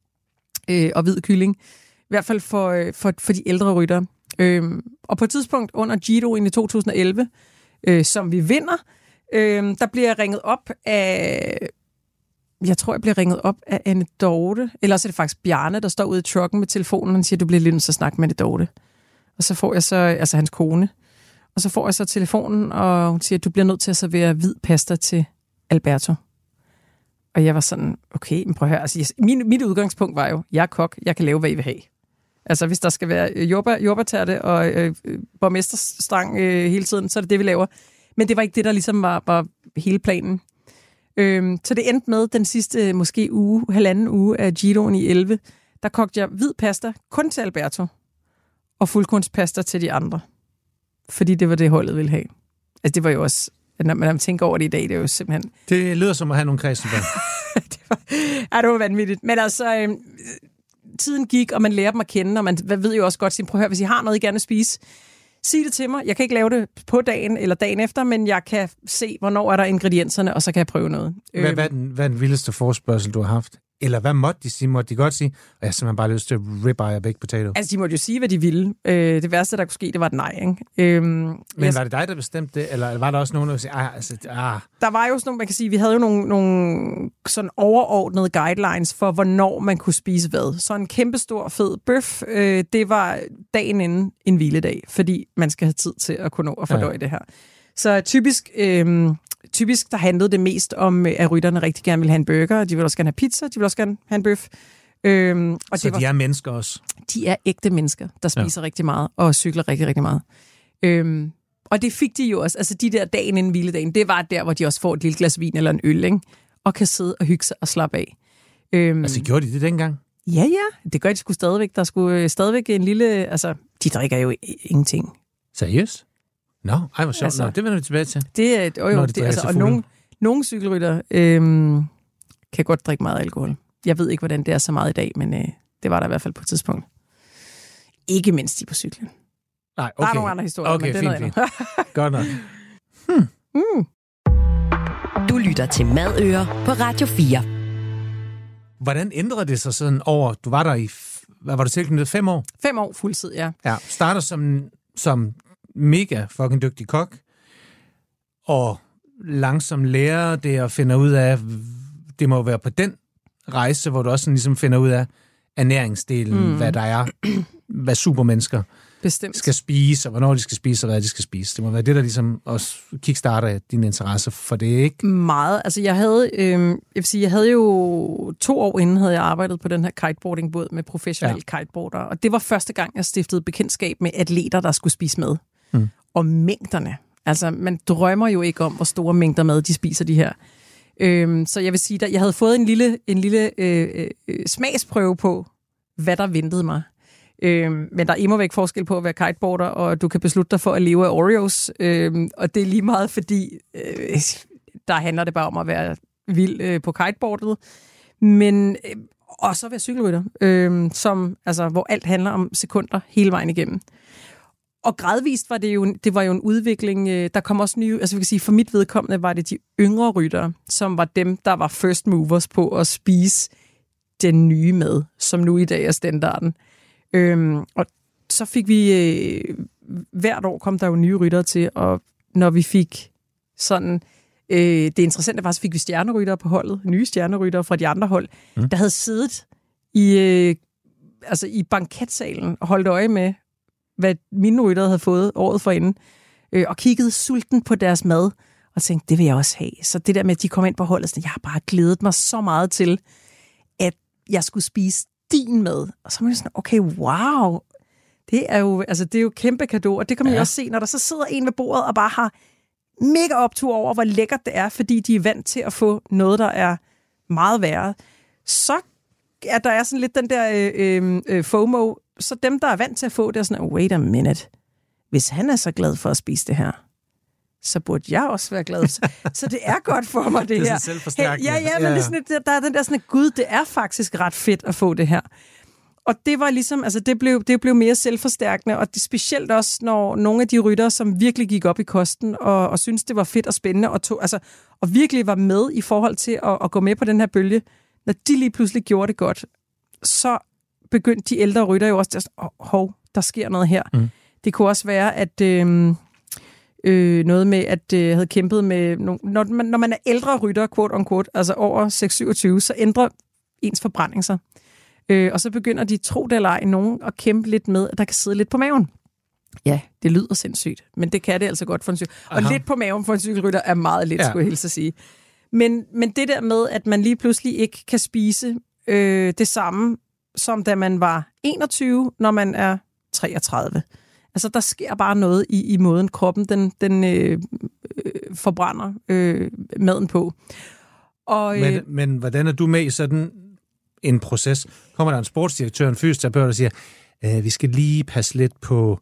og hvid kylling. I hvert fald for de ældre ryttere. Og på et tidspunkt under Giroen i 2011, som vi vinder, der bliver jeg ringet op af... Jeg tror, jeg bliver ringet op af Anne Dorte. Eller også er det faktisk Bjarne, der står ude i trucken med telefonen, og siger, du bliver lidt nødt til at snakke med Anne Dorte. Og så får jeg så, altså hans kone, og så får jeg så telefonen, og hun siger, du bliver nødt til at servere hvid pasta til Alberto. Og jeg var sådan, okay, men prøv at høre. Altså, mit udgangspunkt var jo, jeg er kok, jeg kan lave, hvad I vil have. Altså, hvis der skal være jordbærtærte og borgmesterstang hele tiden, så er det det, vi laver. Men det var ikke det, der ligesom var hele planen. Så det endte med den sidste måske halvanden uge af Giroen i 11, der kogte jeg hvid pasta kun til Alberto, og fuldkornspasta til de andre. Fordi det var det, holdet ville have. Altså det var jo også, når man tænker over det i dag, det er jo simpelthen... Det lyder som at have nogle kristenbørn. det var vanvittigt. Men altså, tiden gik, og man lærer dem at kende, og man ved jo også godt, prøv at høre, hvis I har noget, I gerne vil spise, sig det til mig. Jeg kan ikke lave det på dagen eller dagen efter, men jeg kan se, hvornår er der ingredienserne, og så kan jeg prøve noget. Hvad er den vildeste forespørgsel, du har haft? Eller hvad måtte de sige? Måtte de godt sige, og jeg har simpelthen bare lyst til ribeye og baked potato? Altså, de måtte jo sige, hvad de ville. Det værste, der kunne ske, det var et nej, ikke? Men var det dig, der bestemte det? Eller var der også nogen, der ville sige, Der var jo sådan nogle, man kan sige, vi havde jo nogle sådan overordnede guidelines for, hvornår man kunne spise hvad. Så en kæmpestor, fed bøf, det var dagen inden en hviledag, fordi man skal have tid til at kunne nå at fordøje det her. Så typisk, der handlede det mest om, at rytterne rigtig gerne ville have en burger, de ville også gerne have pizza, de ville også gerne have en bøf. Og så de er mennesker også? De er ægte mennesker, der spiser rigtig meget, og cykler rigtig, rigtig meget. Og det fik de jo også, altså de der dagen inden hviledagen, det var der, hvor de også får et lille glas vin eller en øl, ikke? Og kan sidde og hygge sig og slappe af. Altså gjorde de det dengang? Ja, det gør de sgu stadigvæk. Der skulle stadigvæk en lille, altså de drikker jo ingenting. Seriøst? Nå, hvor sjovt. Altså, det vender vi tilbage til. Det er altså, og nogle cykelrytter kan godt drikke meget alkohol. Jeg ved ikke, hvordan det er så meget i dag, men det var der i hvert fald på et tidspunkt. Ikke mindst de på cyklen. Nej, okay. Der er nogle andre historier, okay, men det er fint. Godt nok. Du lytter til Madøer på Radio 4. Hvordan ændrede det sig sådan over, du var der i, hvad var du tilknyttet, 5 år? 5 år fuldtid, ja. Ja, starter som mega fucking dygtig kok, og langsomt lærer det og finder ud af, det må være på den rejse, hvor du også sådan ligesom finder ud af ernæringsdelen, hvad der er, hvad supermennesker Bestemt. skal spise, og hvornår de skal spise, og hvad de skal spise. Det må være det, der ligesom også kickstarter din interesse for det, ikke? Meget. Altså, jeg havde jo 2 år inden, havde jeg arbejdet på den her kiteboardingbåd med professionelle kiteboardere, og det var første gang, jeg stiftede bekendtskab med atleter, der skulle spise mad. Og mængderne. Altså, man drømmer jo ikke om, hvor store mængder mad de spiser, de her. Så jeg vil sige, at jeg havde fået en lille smagsprøve på, hvad der ventede mig. Men der er immervæk forskel på at være kiteboarder, og du kan beslutte dig for at leve af Oreos. Og det er lige meget, fordi der handler det bare om at være vild på kiteboardet. Men også at være cykelrytter, hvor alt handler om sekunder hele vejen igennem. Og gradvist var det var jo en udvikling. Der kom også nye, altså vi kan sige, for mit vedkommende var det de yngre ryttere, som var dem, der var first movers på at spise den nye mad, som nu i dag er standarden. Og så fik vi, hvert år kom der jo nye ryttere til, og når vi fik sådan, det interessante var, så fik vi stjerneryttere på holdet, nye stjerneryttere fra de andre hold, der havde siddet i banketsalen og holdt øje med, hvad mine ryttere havde fået året forinden, og kiggede sulten på deres mad, og tænkte, det vil jeg også have. Så det der med, at de kom ind på holdet, så jeg har bare glædet mig så meget til, at jeg skulle spise din mad. Og så var jeg sådan, okay, wow, det er jo kæmpe cadeau, og det kan man jo også se, når der så sidder en ved bordet og bare har mega optur over, hvor lækkert det er, fordi de er vant til at få noget, der er meget værre. Så der er sådan lidt den der FOMO, så dem, der er vant til at få det, er sådan, wait a minute, hvis han er så glad for at spise det her, så burde jeg også være glad. Så det er godt for mig, det her. Det er selvforstærkende. Ja, men det er sådan, der er den der sådan, gud, det er faktisk ret fedt at få det her. Og det var ligesom, altså det blev mere selvforstærkende, og det specielt også, når nogle af de ryttere, som virkelig gik op i kosten, og syntes, det var fedt og spændende, og virkelig var med i forhold til at gå med på den her bølge, når de lige pludselig gjorde det godt, så begyndte de ældre ryttere jo også at der sker noget her. Det kunne også være, at noget med, at jeg havde kæmpet med... Når man er ældre rytter, quote on quote, altså over 6-27, så ændrer ens forbrænding sig. Og så begynder de, tro det eller ej, nogen at kæmpe lidt med, at der kan sidde lidt på maven. Ja, det lyder sindssygt, men det kan det altså godt for en cykel. Og lidt på maven for en cykelrytter er meget lidt, skulle jeg hilse at sige. Men det der med, at man lige pludselig ikke kan spise det samme, som da man var 21, når man er 33. Altså, der sker bare noget i måden, kroppen den forbrænder maden på. Og, men hvordan er du med i sådan en proces? Kommer der en sportsdirektør, en fysioterapeut, og siger, vi skal lige passe lidt på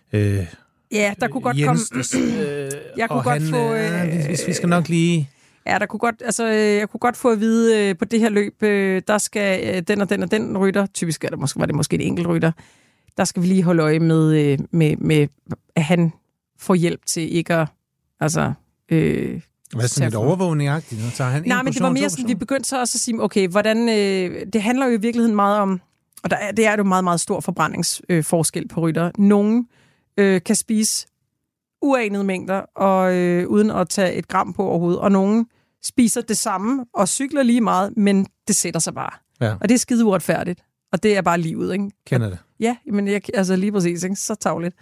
ja, der kunne godt Jens, komme... jeg kunne godt få... vi skal nok lige... Ja, jeg kunne godt få at vide på det her løb, der skal den og den og den rytter, typisk var det måske en enkelt rytter, der skal vi lige holde øje med at han får hjælp til ikke at... Altså, hvad er sådan lidt overvågning-agtigt? Nej, men det var mere sådan, vi begyndte så også at sige, okay, hvordan... det handler jo i virkeligheden meget om... Og det er jo meget, meget stor forbrændingsforskel på rytter. Nogle kan spise uanede mængder, og uden at tage et gram på overhovedet. Og nogen spiser det samme og cykler lige meget, men det sætter sig bare. Ja. Og det er skide uretfærdigt. Og det er bare livet, ikke? Kender det? Ja, men altså lige præcis, ikke? Så tavligt.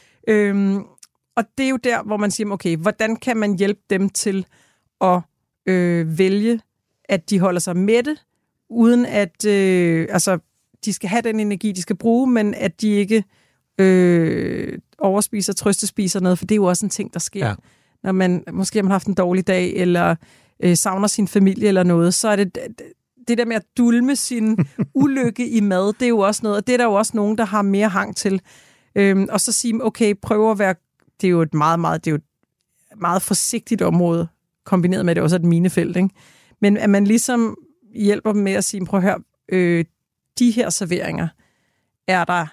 Og det er jo der, hvor man siger, okay, hvordan kan man hjælpe dem til at vælge, at de holder sig mætte, uden at de skal have den energi, de skal bruge, men at de ikke overspiser, trøstespiser noget, for det er jo også en ting, der sker. Ja. Når man måske har haft en dårlig dag, eller savner sin familie eller noget, så er det der med at dulme sin ulykke i mad, det er jo også noget, og det er der jo også nogen, der har mere hang til. Og så sige, okay, prøv at være, det er jo et meget forsigtigt område, kombineret med, at det også er et minefelt, ikke? Men at man ligesom hjælper dem med at sige, prøv at høre, de her serveringer, er der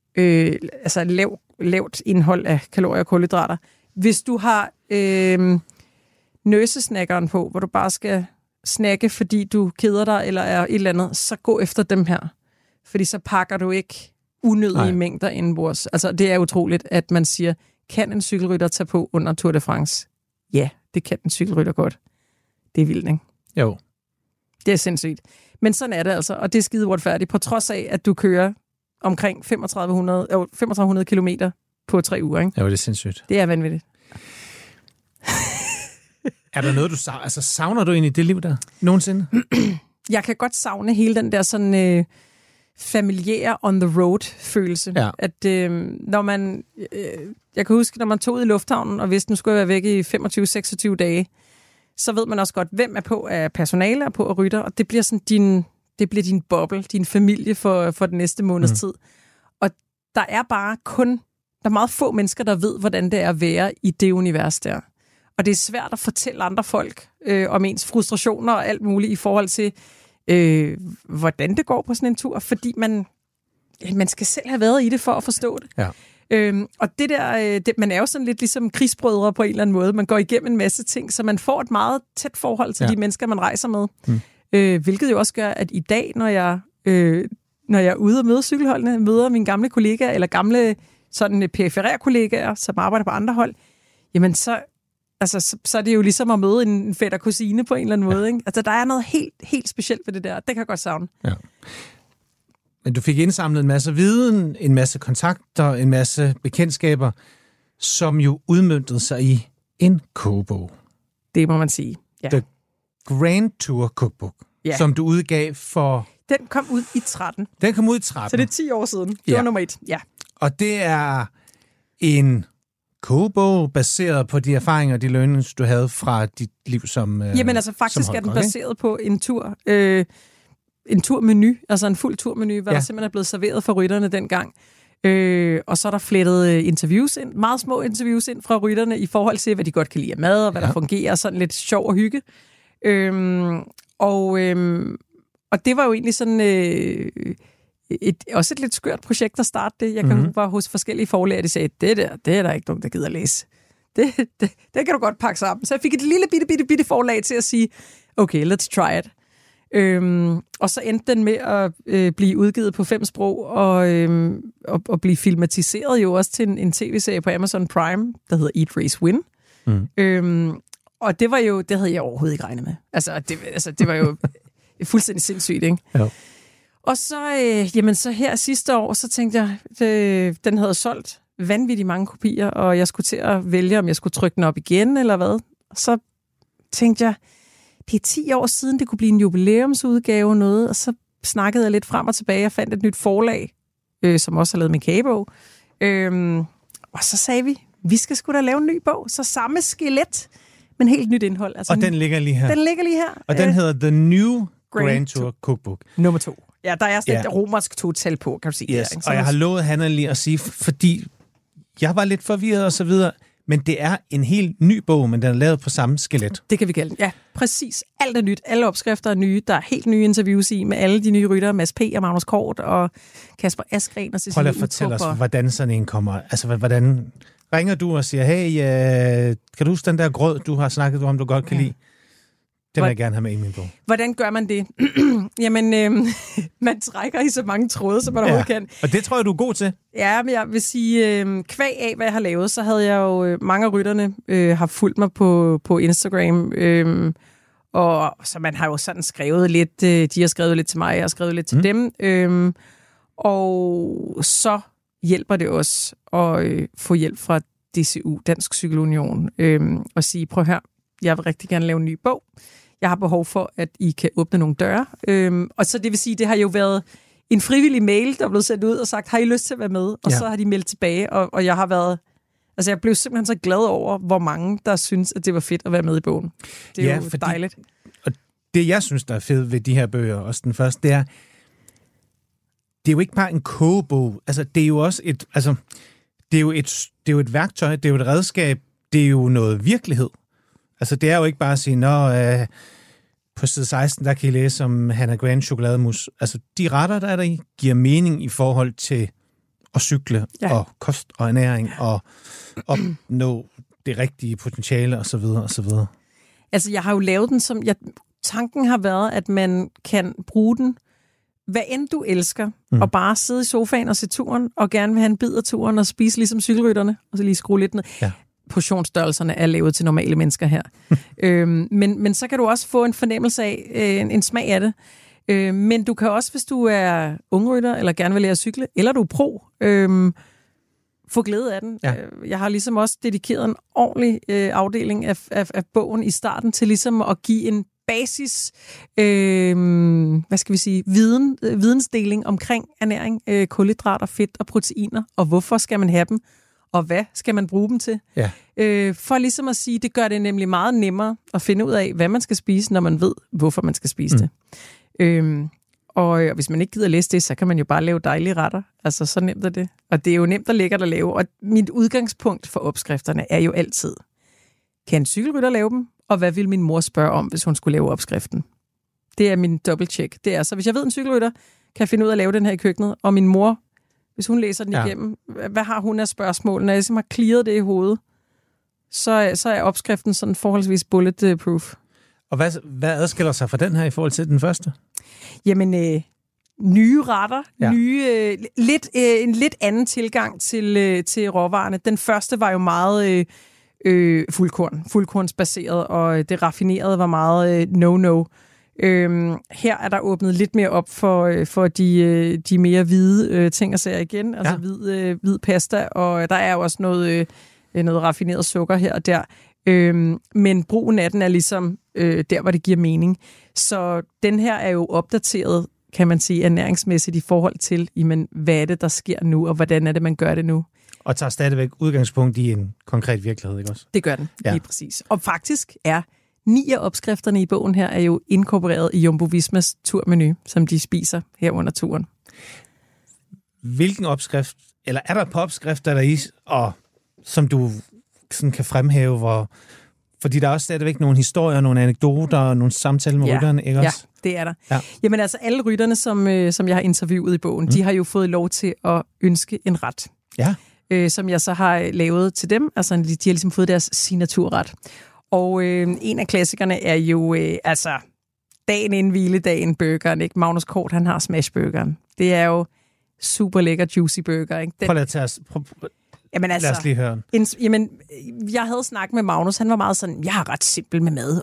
lavt indhold af kalorier og kulhydrater. Hvis du har nøsesnakkeren på, hvor du bare skal snakke, fordi du keder dig, eller er et eller andet, så gå efter dem her. Fordi så pakker du ikke unødige mængder indenbords. Altså, det er utroligt, at man siger, kan en cykelrytter tage på under Tour de France? Ja, det kan en cykelrytter godt. Det er vildt, ikke? Jo. Det er sindssygt. Men sådan er det altså, og det er skide uretfærdigt, på trods af, at du kører omkring 3500 kilometer på 3 uger. Ikke? Ja, det er sindssygt. Det er vanvittigt. Er der noget, du savner du egentlig det liv der nogensinde? Jeg kan godt savne hele den der sådan familiære on the road-følelse. Ja. At når man... jeg kan huske, når man tog ud i lufthavnen, og vidste, nu skulle jeg være væk i 25-26 dage, så ved man også godt, hvem er på af personale og på af rytter, og det bliver sådan din boble, din familie for den næste måneds tid. Og der er bare der er meget få mennesker, der ved, hvordan det er at være i det univers der. Og det er svært at fortælle andre folk om ens frustrationer og alt muligt i forhold til, hvordan det går på sådan en tur, fordi man skal selv have været i det for at forstå det. Ja. Og det der, man er jo sådan lidt ligesom krigsbrødre på en eller anden måde. Man går igennem en masse ting, så man får et meget tæt forhold til de mennesker, man rejser med. Hvilket jo også gør, at i dag, når jeg er ude og møde cykelholdene, møder mine gamle kollegaer, eller gamle sådan perifere kollegaer, som arbejder på andre hold, jamen så er det jo ligesom at møde en fætter kusine på en eller anden måde. Ikke? Altså, der er noget helt specielt ved det der. Det kan jeg godt savne. Ja. Men du fik indsamlet en masse viden, en masse kontakter, en masse bekendtskaber, som jo udmøntede sig i en kogebog. Det må man sige, ja. The Grand Tour Cookbook, som du udgav for... Den kom ud i 13. Den kom ud i 13. Så det er 10 år siden. Det var nummer 1, ja. Og det er en kogebog baseret på de erfaringer og de learnings, du havde fra dit liv som jamen altså faktisk er den baseret på en tur... en turmenu, altså en fuld turmenu, hvad der simpelthen er blevet serveret for rytterne dengang. Og så er der flettet interviews ind, meget små interviews ind fra rytterne i forhold til, hvad de godt kan lide af mad, og hvad der fungerer, sådan lidt sjov og hygge. Og det var jo egentlig sådan også et lidt skørt projekt at starte det. Jeg kan var hos forskellige forlag, de sagde, det er der ikke nogen, der gider læse. Det kan du godt pakke sammen. Så jeg fik et lille bitte forlag til at sige, okay, let's try it. Og så endte den med at blive udgivet på 5 sprog og blive filmatiseret jo også til en tv-serie på Amazon Prime, der hedder Eat, Race, Win. Og det havde jeg overhovedet ikke regnet med. Det var jo fuldstændig sindssygt, ikke? Ja. Og så her sidste år, så tænkte jeg, den havde solgt vanvittigt mange kopier, og jeg skulle til at vælge, om jeg skulle trykke den op igen, eller hvad. Og så tænkte jeg, det er 10 år siden, det kunne blive en jubilæumsudgave noget, og så snakkede jeg lidt frem og tilbage og fandt et nyt forlag, som også har lavet min kagebog. Og så sagde vi skal sgu da lave en ny bog, så samme skelet, men helt nyt indhold. Altså, og den ligger lige her. Den ligger lige her. Og den hedder The New Grand Tour Cookbook. Nummer 2. Ja, der er sådan et romersk total på, kan du sige. Yes. Og jeg har lovet Hanna lige at sige, fordi jeg var lidt forvirret og så videre, men det er en helt ny bog, men den er lavet på samme skelet. Det kan vi kalde den. Ja, præcis. Alt er nyt. Alle opskrifter er nye. Der er helt nye interviews i med alle de nye ryttere. Mads P. og Magnus Kort og Kasper Askren og Cecilie Prøv at fortælle os, hvordan sådan en kommer. Altså, hvordan ringer du og siger, hey, kan du huske den der grød, du har snakket om, du godt kan lide? Det vil jeg gerne have med i min bog. Hvordan gør man det? Jamen, man trækker i så mange tråde, som man overhovedet kan. Og det tror jeg, du er god til. Ja, men jeg vil sige, kvæg af, hvad jeg har lavet, så havde jeg jo mange af rytterne har fulgt mig på Instagram. Og så man har jo sådan skrevet lidt, de har skrevet lidt til mig, jeg har skrevet lidt til dem. Og så hjælper det også at få hjælp fra DCU, Dansk Cykelunion, og sige, prøv her, jeg vil rigtig gerne lave en ny bog. Jeg har behov for, at I kan åbne nogle døre. Og så det vil sige, det har jo været en frivillig mail, der er blevet sendt ud og sagt, har I lyst til at være med? Og så har de meldt tilbage, og jeg har været... Altså, jeg blev simpelthen så glad over, hvor mange, der synes, at det var fedt at være med i bogen. Det er jo dejligt. Og det, jeg synes, der er fedt ved de her bøger, også den første, det er jo ikke bare en kogebog. Altså, det er jo også et... Altså, det er jo et værktøj, det er jo et redskab, det er jo noget virkelighed. Altså, det er jo ikke bare at sige, på side 16, der kan I læse om Hannah Grant chokolademus. Altså, de retter, der er der i, giver mening i forhold til at cykle og kost og ernæring og opnå det rigtige potentiale osv. osv. Altså, jeg har jo lavet den som... tanken har været, at man kan bruge den, hvad end du elsker, og bare sidde i sofaen og se turen, og gerne vil have en bid af turen og spise ligesom cykelrytterne, og så lige skrue lidt ned. Ja. portionsstørrelserne er lavet til normale mennesker her. Men så kan du også få en fornemmelse af, en smag af det. Men du kan også, hvis du er ungrytter, eller gerne vil lære at cykle, eller du er pro, få glæde af den. Ja. Jeg har ligesom også dedikeret en ordentlig afdeling af bogen i starten til ligesom at give en basis, vidensdeling omkring ernæring, kulhydrater, fedt og proteiner, og hvorfor skal man have dem, og hvad skal man bruge dem til. Ja. For ligesom at sige, det gør det nemlig meget nemmere at finde ud af, hvad man skal spise, når man ved, hvorfor man skal spise det. Og hvis man ikke gider læse det, så kan man jo bare lave dejlige retter. Altså, så nemt er det. Og det er jo nemt og lækkert at lave. Og mit udgangspunkt for opskrifterne er jo altid, kan en cykelrytter lave dem? Og hvad vil min mor spørge om, hvis hun skulle lave opskriften? Det er min dobbeltcheck. Det er så, hvis jeg ved, en cykelrytter kan finde ud af at lave den her i køkkenet, og min mor, hvis hun læser den igennem, hvad har hun af spørgsmål? Når jeg ligesom har clearet det i hovedet, så er opskriften sådan forholdsvis bulletproof. Og hvad adskiller sig fra den her i forhold til den første? Jamen, nye retter, en lidt anden tilgang til råvarerne. Den første var jo meget fuldkornsbaseret, og det raffinerede var meget no-no. Her er der åbnet lidt mere op for de mere hvide ting og sager igen, altså hvid pasta, og der er jo også noget raffineret sukker her og der. Men brugen af den er ligesom der, hvor det giver mening. Så den her er jo opdateret, kan man sige, ernæringsmæssigt i forhold til, jamen, hvad er det, der sker nu, og hvordan er det, man gør det nu. Og tager stadigvæk udgangspunkt i en konkret virkelighed, ikke også? Det gør den, lige præcis. Og faktisk er 9 af opskrifterne i bogen her er jo inkorporeret i Jumbo Vismas turmenu, som de spiser her under turen. Hvilken opskrift, eller er der et par opskrifter der i, og som du sådan kan fremhæve, fordi der er også stadigvæk nogle historier, nogle anekdoter og nogle samtaler med rytterne, ikke også? Ja, det er der. Ja. Jamen altså, alle rytterne, som jeg har interviewet i bogen, de har jo fået lov til at ønske en ret. Ja. Som jeg så har lavet til dem. Altså, de har ligesom fået deres signaturret. Og en af klassikerne er jo, dagen inden hviledagen, burgeren, ikke? Magnus Kort, han har smashburgeren. Det er jo super lækker juicy burger, ikke? Prøv at tage os. Jamen altså, lad os lige høre den. Jeg havde snakket med Magnus, han var meget sådan, jeg har ret simpel med mad,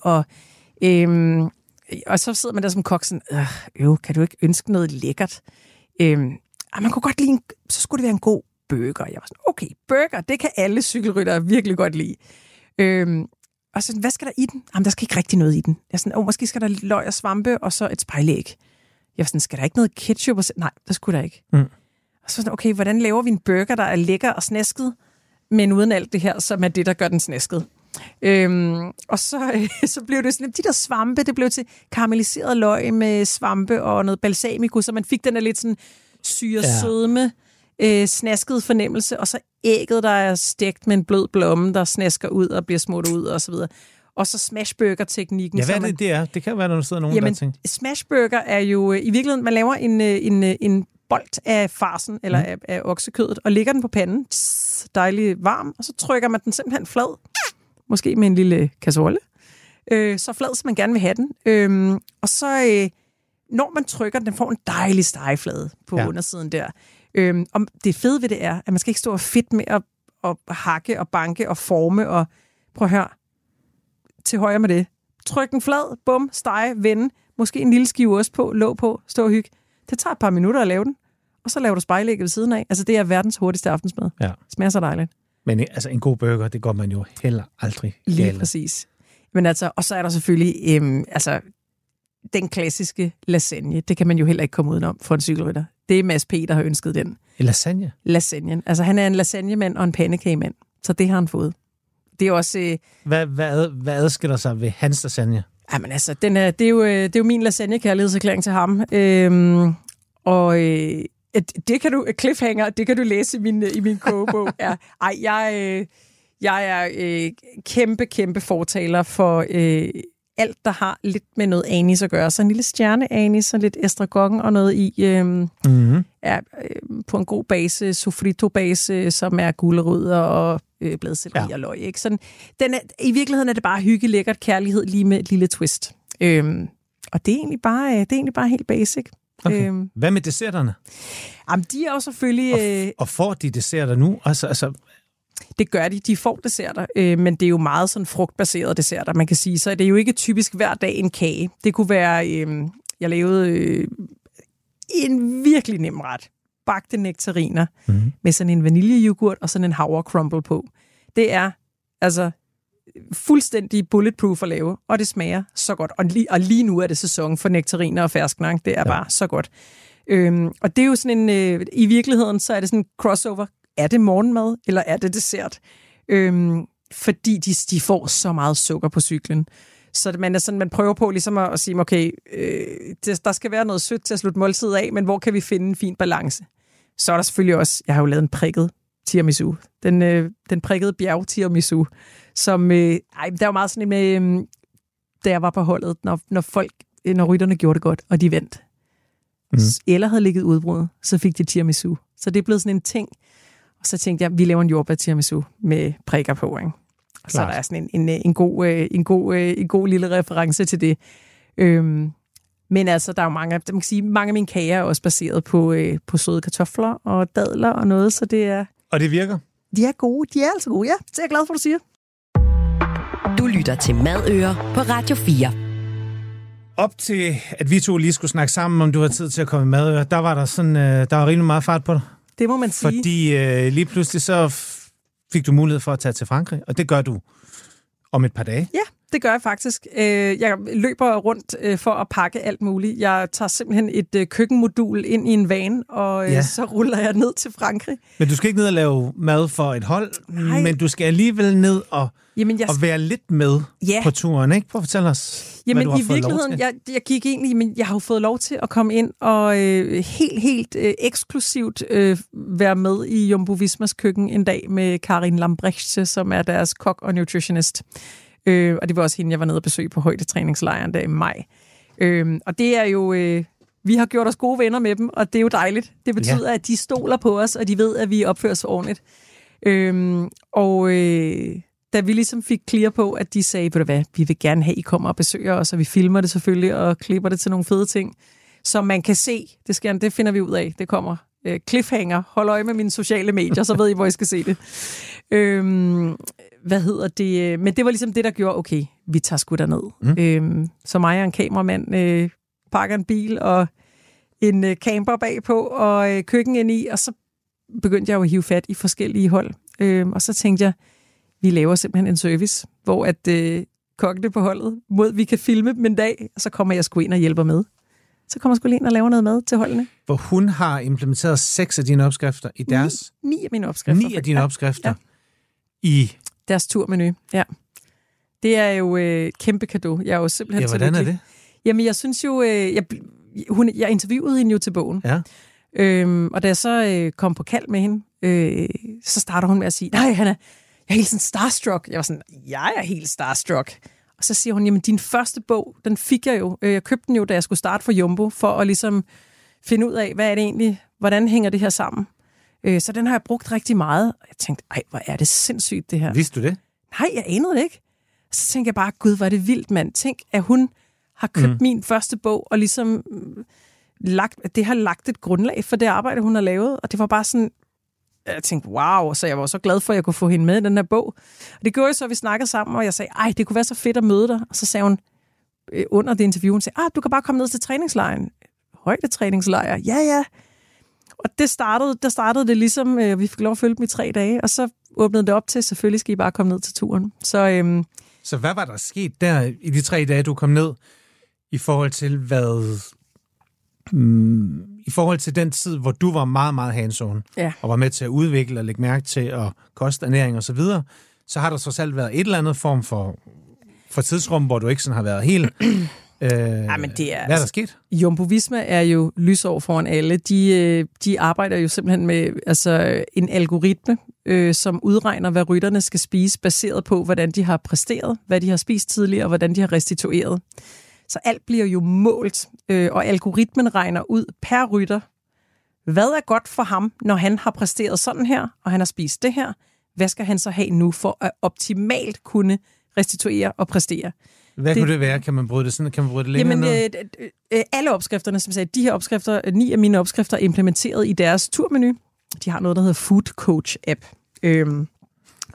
og så sidder man der som kok sådan, kan du ikke ønske noget lækkert? Man kunne godt lide, så skulle det være en god burger. Jeg var sådan, okay, burger, det kan alle cykelryttere virkelig godt lide. Og så, hvad skal der i den? Jamen, der skal ikke rigtig noget i den. Jeg er sådan, måske skal der løg og svampe, og så et spejlæg. Jeg var sådan, skal der ikke noget ketchup? Nej, der skulle der ikke. Og så sådan, okay, hvordan laver vi en burger, der er lækker og snæsket, men uden alt det her, som er det, der gør den snæsket? Og så blev det sådan, de der svampe, det blev til karamelliseret løg med svampe og noget balsamico, så man fik den der lidt sådan syre-sødme, snasket fornemmelse, og så ægget, der er stegt med en blød blomme, der snasker ud og bliver smurt ud og så videre. Og så smashburger-teknikken. Ja, hvad det er? Det kan være, når der sidder nogen, der tænker. Smashburger er jo i virkeligheden, man laver en bold af farsen, eller af oksekødet, og lægger den på panden, dejligt varm, og så trykker man den simpelthen flad, måske med en lille kasserolle, så flad, som man gerne vil have den. Og så, når man trykker den, får en dejlig stegeflade på undersiden der. Og det fede ved det er, at man skal ikke stå og fedt med at hakke og banke og forme, og prøv at høre, til højre med det. Tryk den flad, bum, stege, vende, måske en lille skive ost på, låg på, stå og hygge. Det tager et par minutter at lave den, og så laver du spejlægget ved siden af. Altså, det er verdens hurtigste aftensmad. Ja. Smager så dejligt. Men altså, en god burger, det går man jo heller aldrig galt. Lige præcis. Men altså, og så er der selvfølgelig, den klassiske lasagne. Det kan man jo heller ikke komme udenom for en cykelrytter. Det er Mads P., der har ønsket den. Lasagne? Lasagnen. Altså, han er en lasagnemand og en pandekagemand. Så det har han fået. Det er også... Hvad adskiller sig ved hans lasagne? Jamen altså, det er jo min lasagne-kærlighedserklæring til ham. Det kan du... Cliffhanger, det kan du læse i min kogebog. Ja. Ej, jeg er kæmpe fortaler for alt, der har lidt med noget anis at gøre. Så en lille stjerne-anis og lidt estragon og noget i. På en god base, sofrito-base, som er gulerødder og bladselleri og løg. Ikke? Sådan, i virkeligheden er det bare hygge, lækkert kærlighed lige med et lille twist. Og det er egentlig bare helt basic. Okay. Hvad med desserterne? Jamen, de er jo selvfølgelig... Og får de desserter nu? Altså, Det gør de. De får desserter, men det er jo meget sådan frugtbaserede desserter, man kan sige. Så det er jo ikke typisk hver dag en kage. Det kunne være, jeg lavede en virkelig nem ret. Bagte nektariner med sådan en vaniljeyoghurt og sådan en havrecrumble på. Det er altså fuldstændig bulletproof at lave, og det smager så godt. Og lige nu er det sæson for nektariner og ferskner. Det er bare så godt. Og det er jo sådan en, i virkeligheden, så er det sådan en crossover. Er det morgenmad, eller er det dessert? Fordi de får så meget sukker på cyklen. Så man prøver på ligesom at sige, okay, der skal være noget sødt til at slutte måltidet af, men hvor kan vi finde en fin balance? Så er der selvfølgelig også, jeg har jo lavet en prikket tiramisu. Den prikkede bjerg tiramisu, som, der er jo meget sådan med, da jeg var på holdet, når rytterne gjorde det godt, og de vandt. Eller havde ligget udbrud, så fik de tiramisu. Så det er blevet sådan en ting. Og så tænkte jeg, vi laver en jordbær tiramisu med prikker på, ikke? Så der er sådan en god lille reference til det. Men altså, der er jo mange af mine kager er også baseret på søde kartofler og dadler og noget, så det er... Og det virker? De er gode, de er altså gode, ja. Det er jeg glad for, du siger. Du lytter til Madøer på Radio 4. Op til, at vi to lige skulle snakke sammen, om du har tid til at komme i Madøer, der var der sådan, der var rimelig meget fart på dig. Det må man sige. Fordi lige pludselig så fik du mulighed for at tage til Frankrig, og det gør du om et par dage. Ja, det gør jeg faktisk. Jeg løber rundt for at pakke alt muligt. Jeg tager simpelthen et køkkenmodul ind i en van, og så ruller jeg ned til Frankrig. Men du skal ikke ned og lave mad for et hold, men du skal alligevel ned og være lidt med på turen, ikke? Prøv at fortælle os, hvad du har fået lov til. Jeg gik egentlig, men jeg har jo fået lov til at komme ind og helt eksklusivt være med i Jumbo Vismas køkken en dag med Karin Lambrechtse, som er deres kok og nutritionist. Og det var også hende, jeg var nede og besøge på højdetræningslejren der i maj. Og det er jo... vi har gjort os gode venner med dem, og det er jo dejligt. Det betyder, at de stoler på os, og de ved, at vi opfører os ordentligt. Da vi ligesom fik clear på, at de sagde, ved du hvad, vi vil gerne have, I kommer og besøger os, og vi filmer det selvfølgelig, og klipper det til nogle fede ting, som man kan se. Det finder vi ud af. Det kommer. Cliffhanger. Hold øje med mine sociale medier, så ved I, hvor I skal se det. Men det var ligesom det, der gjorde, okay, vi tager sgu derned. Så mig og en kameramand pakker en bil og en camper bagpå og køkken ind i, og så begyndte jeg jo at hive fat i forskellige hold. Og så tænkte jeg, vi laver simpelthen en service, hvor at kokkene på holdet, mod vi kan filme dem en dag, og så kommer jeg sgu ind og hjælper med. Så kommer jeg sgu ind og laver noget mad til holdene. Hvor hun har implementeret 6 af dine opskrifter i deres... 9 af mine opskrifter. 9 af dine opskrifter i... Deres turmenu, ja. Det er jo et kæmpe cadeau. Jeg er jo simpelthen så hvordan er det? Jamen, jeg synes jo... Jeg interviewede hende jo til bogen. Ja. Og da jeg så kom på kald med hende, så starter hun med at sige, nej, Hanna, jeg er helt sådan starstruck. Jeg var sådan, jeg er helt starstruck. Og så siger hun, jamen din første bog, den fik jeg jo. Jeg købte den jo, da jeg skulle starte for Jumbo, for at ligesom finde ud af, hvad er det egentlig, hvordan hænger det her sammen. Så den har jeg brugt rigtig meget. Og jeg tænkte, ej, hvor er det sindssygt det her. Vidste du det? Nej, jeg anede det ikke. Så tænkte jeg bare, gud, hvor er det vildt, mand. Tænk, at hun har købt min første bog, og ligesom det har lagt et grundlag for det arbejde, hun har lavet. Og det var bare sådan, jeg tænkte, wow, så jeg var så glad for, at jeg kunne få hende med i den her bog. Og det gjorde jeg så, at vi snakkede sammen, og jeg sagde, ej, det kunne være så fedt at møde dig. Og så sagde hun, under det interview, hun sagde, du kan bare komme ned til træningslejren. Højdetræningslejr, ja. Og der startede det ligesom, vi fik lov at følge dem i 3 dage, og så åbnede det op til, selvfølgelig skal I bare komme ned til turen. Så hvad var der sket der i de 3 dage, du kom ned, i forhold til i forhold til den tid, hvor du var meget, meget hands-on, og var med til at udvikle og lægge mærke til og kosternæring og så videre, så har der trods alt været et eller andet form for tidsrum, hvor du ikke sådan har været helt... men det er, hvad er der sket? Jumbo Visma er jo lysår foran alle. De arbejder jo simpelthen med en algoritme, som udregner, hvad rytterne skal spise, baseret på, hvordan de har præsteret, hvad de har spist tidligere, og hvordan de har restitueret. Så alt bliver jo målt, og algoritmen regner ud per rytter. Hvad er godt for ham, når han har præsteret sådan her, og han har spist det her? Hvad skal han så have nu for at optimalt kunne restituere og præstere? Hvad kunne det være? Kan man bryde det sådan? Kan man bryde det længere ned? Alle opskrifterne, som sagde, de her opskrifter, 9 af mine opskrifter er implementeret i deres turmenu. De har noget, der hedder Food Coach App.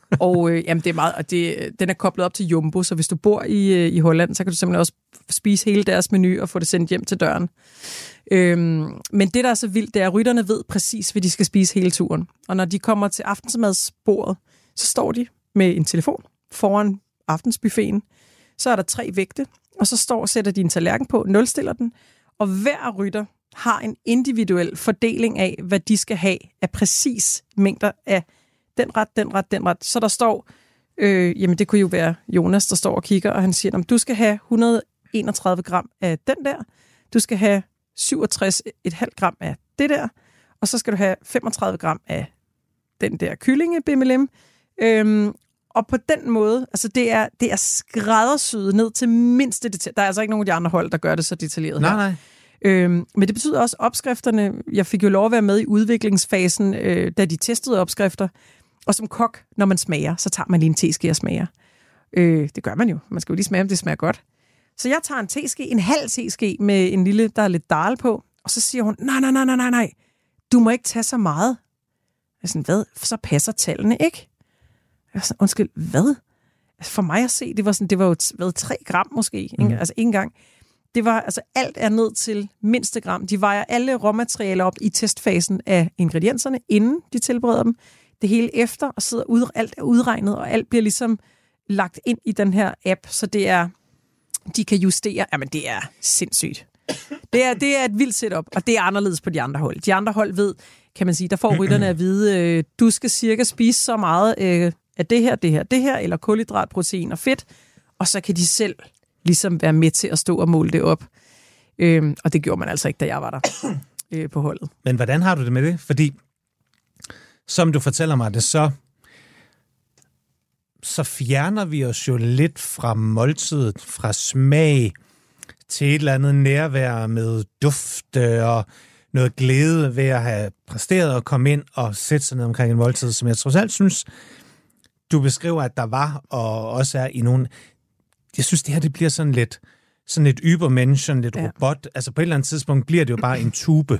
Og jamen, det er meget, og den er koblet op til Jumbo, så hvis du bor i Holland, så kan du simpelthen også spise hele deres menu og få det sendt hjem til døren. Men det, der er så vildt, det er, at rytterne ved præcis, hvad de skal spise hele turen. Og når de kommer til aftensmadsbordet, så står de med en telefon foran aftensbuffeten. Så er der 3 vægte, og så sætter de en tallerken på, nulstiller den, og hver rytter har en individuel fordeling af, hvad de skal have af præcis mængder af den ret. Så der står, jamen det kunne jo være Jonas, der står og kigger, og han siger, du skal have 131 gram af den der, du skal have 67,5 gram af det der, og så skal du have 35 gram af den der kyllinge BMLM. Og på den måde, altså det er skræddersyet ned til mindste detalje. Der er altså ikke nogen af de andre hold, der gør det så detaljeret her. Nej. Men det betyder også opskrifterne. Jeg fik jo lov at være med i udviklingsfasen, da de testede opskrifter. Og som kok, når man smager, så tager man lige en teske og smager. Det gør man jo. Man skal jo lige smage, om det smager godt. Så jeg tager en halv teske med en lille, der er lidt dal på. Og så siger hun, nej. Du må ikke tage så meget. Jeg er sådan, hvad? Så passer tallene ikke. Jeg var sådan, undskyld, hvad? Altså for mig at se, det var jo 3 gram måske. Ikke? Altså ikke engang. Det var, altså alt er ned til mindste gram. De vejer alle råmaterialer op i testfasen af ingredienserne, inden de tilbereder dem. Det hele efter, og alt er udregnet, og alt bliver ligesom lagt ind i den her app, så det er, de kan justere. Jamen, det er sindssygt. Det er et vildt setup, og det er anderledes på de andre hold. De andre hold ved, kan man sige, der får rytterne at vide, du skal cirka spise så meget af det her, eller kulhydrat, protein og fedt, og så kan de selv ligesom være med til at stå og måle det op. Og det gjorde man altså ikke, da jeg var der på holdet. Men hvordan har du det med det? Fordi, som du fortæller mig det, så fjerner vi os jo lidt fra måltidet, fra smag til et eller andet nærvær med duft og noget glæde ved at have præsteret og komme ind og sætte sig ned omkring en måltid, som jeg trods alt synes, du beskriver, at der var og også er i nogle. Jeg synes, det her det bliver sådan lidt übermensch, lidt robot. Altså på et eller andet tidspunkt bliver det jo bare en tube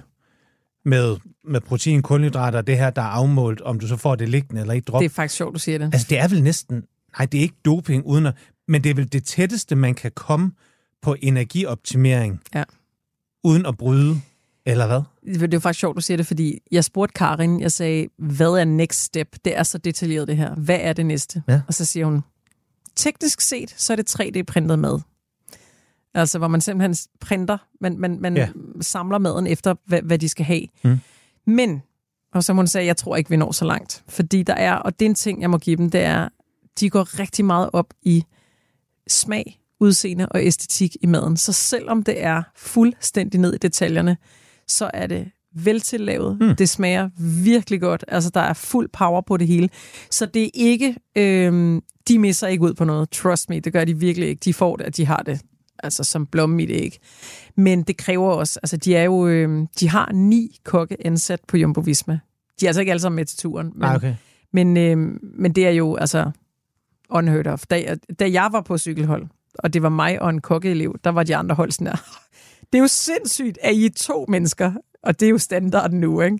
med protein, kulhydrater, det her, der er afmålt, om du så får det liggende eller ikke drop. Det er faktisk sjovt, du siger det. Altså det er vel næsten, nej, det er ikke doping, men det er vel det tætteste, man kan komme på energioptimering, uden at bryde, eller hvad? Det er faktisk sjovt, du siger det, fordi jeg spurgte Karin, jeg sagde, hvad er next step? Det er så detaljeret det her. Hvad er det næste? Ja. Og så siger hun, teknisk set, så er det 3D-printet mad. Altså, hvor man simpelthen printer, man samler maden efter, hvad de skal have. Men, og som hun sagde, jeg tror ikke, vi når så langt. Fordi der er, og det er en ting, jeg må give dem, det er, de går rigtig meget op i smag, udseende og æstetik i maden. Så selvom det er fuldstændig ned i detaljerne, så er det veltillavet. Det smager virkelig godt. Altså, der er fuld power på det hele. Så det er ikke, de misser ikke ud på noget. Trust me, det gør de virkelig ikke. De får det, at de har det. Altså som blomme i det æg. Men det kræver også, altså de er jo, de har 9 kokke ansat på Jumbo Visma. De er altså ikke alle sammen med til turen. Men, men det er jo altså unheard of. Da jeg var på cykelhold, og det var mig og en kokkeelev, der var de andre hold sådan her. Det er jo sindssygt, at I er 2 mennesker, og det er jo standarden nu, ikke?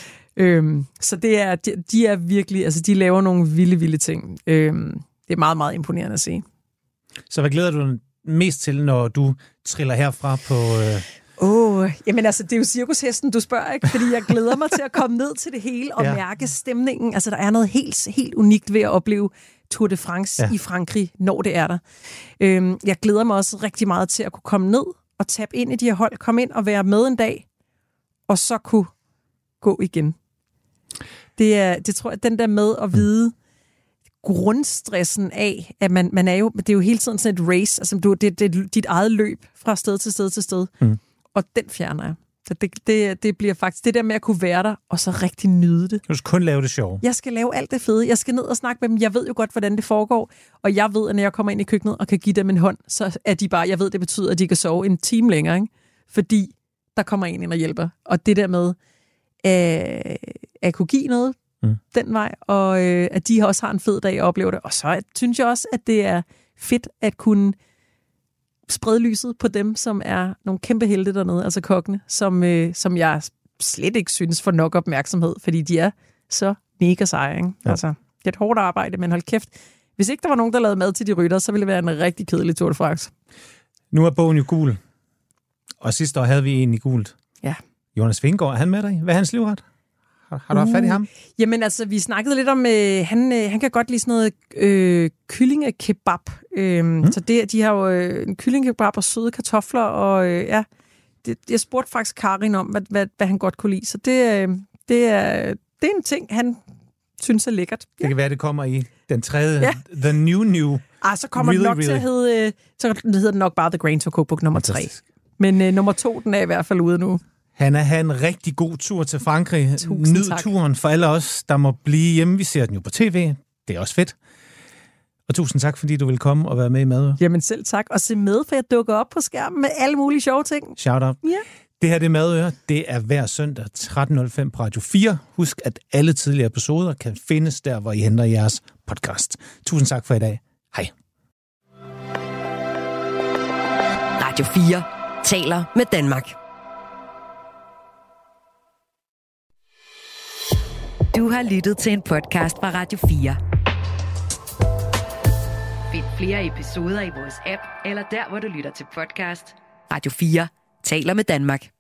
Så det er, de er virkelig, altså de laver nogle vilde ting. Det er meget, meget imponerende at se. Så hvad glæder du mest til, når du triller herfra på? Jamen altså, det er jo cirkushesten, du spørger, ikke? Fordi jeg glæder mig til at komme ned til det hele og mærke stemningen. Altså, der er noget helt unikt ved at opleve Tour de France i Frankrig, når det er der. Jeg glæder mig også rigtig meget til at kunne komme ned og tabe ind i de her hold, komme ind og være med en dag, og så kunne gå igen. Det tror jeg, den der med at vide grundstressen af, at man er jo, det er jo hele tiden sådan et race, altså det er dit eget løb fra sted til sted til sted, og den fjerner jeg. Det bliver faktisk det der med at kunne være der, og så rigtig nyde det. Du skal kun lave det sjove. Jeg skal lave alt det fede. Jeg skal ned og snakke med dem. Jeg ved jo godt, hvordan det foregår, og jeg ved, at når jeg kommer ind i køkkenet og kan give dem en hånd, så er de bare, jeg ved, det betyder, at de kan sove en time længere, ikke? Fordi der kommer en ind og hjælper. Og det der med at kunne give noget den vej, og at de også har en fed dag og oplever det. Og så synes jeg også, at det er fedt at kunne sprede lyset på dem, som er nogle kæmpe helte dernede, altså kokkene, som jeg slet ikke synes får nok opmærksomhed, fordi de er så mega seje, ikke? Ja. Altså. Det er et hårdt arbejde, men hold kæft. Hvis ikke der var nogen, der lavede mad til de rytter, så ville det være en rigtig kedelig Tour de France. Nu er bogen jo gul, og sidste år havde vi en i gult. Ja. Jonas Vingegaard, er han med dig? Hvad er hans livret? Har du haft fat i ham? Jamen altså, vi snakkede lidt om, han kan godt lide sådan noget kyllingekebab. Så de har jo en kyllingekebab og søde kartofler, og jeg spurgte faktisk Karin om, hvad han godt kunne lide. Så det er en ting, han synes er lækkert. Det kan være, det kommer i den tredje, The New. Så kommer det nok til at hedde, så hedder den nok bare The Grand Tour Cookbook nummer 3. Men nummer 2, den er i hvert fald ude nu. Hanna, have en rigtig god tur til Frankrig. Nyd turen for alle os, der må blive hjemme. Vi ser den jo på tv. Det er også fedt. Og tusind tak, fordi du vil komme og være med i Madøer. Jamen selv tak. Og se med, for jeg dukker op på skærmen med alle mulige sjove ting. Shout out. Ja. Det her, det er Madøer. Det er hver søndag 13.05 på Radio 4. Husk, at alle tidligere episoder kan findes der, hvor I henter jeres podcast. Tusind tak for i dag. Hej. Radio 4 taler med Danmark. Du har lyttet til en podcast fra Radio 4. Find flere episoder i vores app, eller der, hvor du lytter til podcast. Radio 4 taler med Danmark.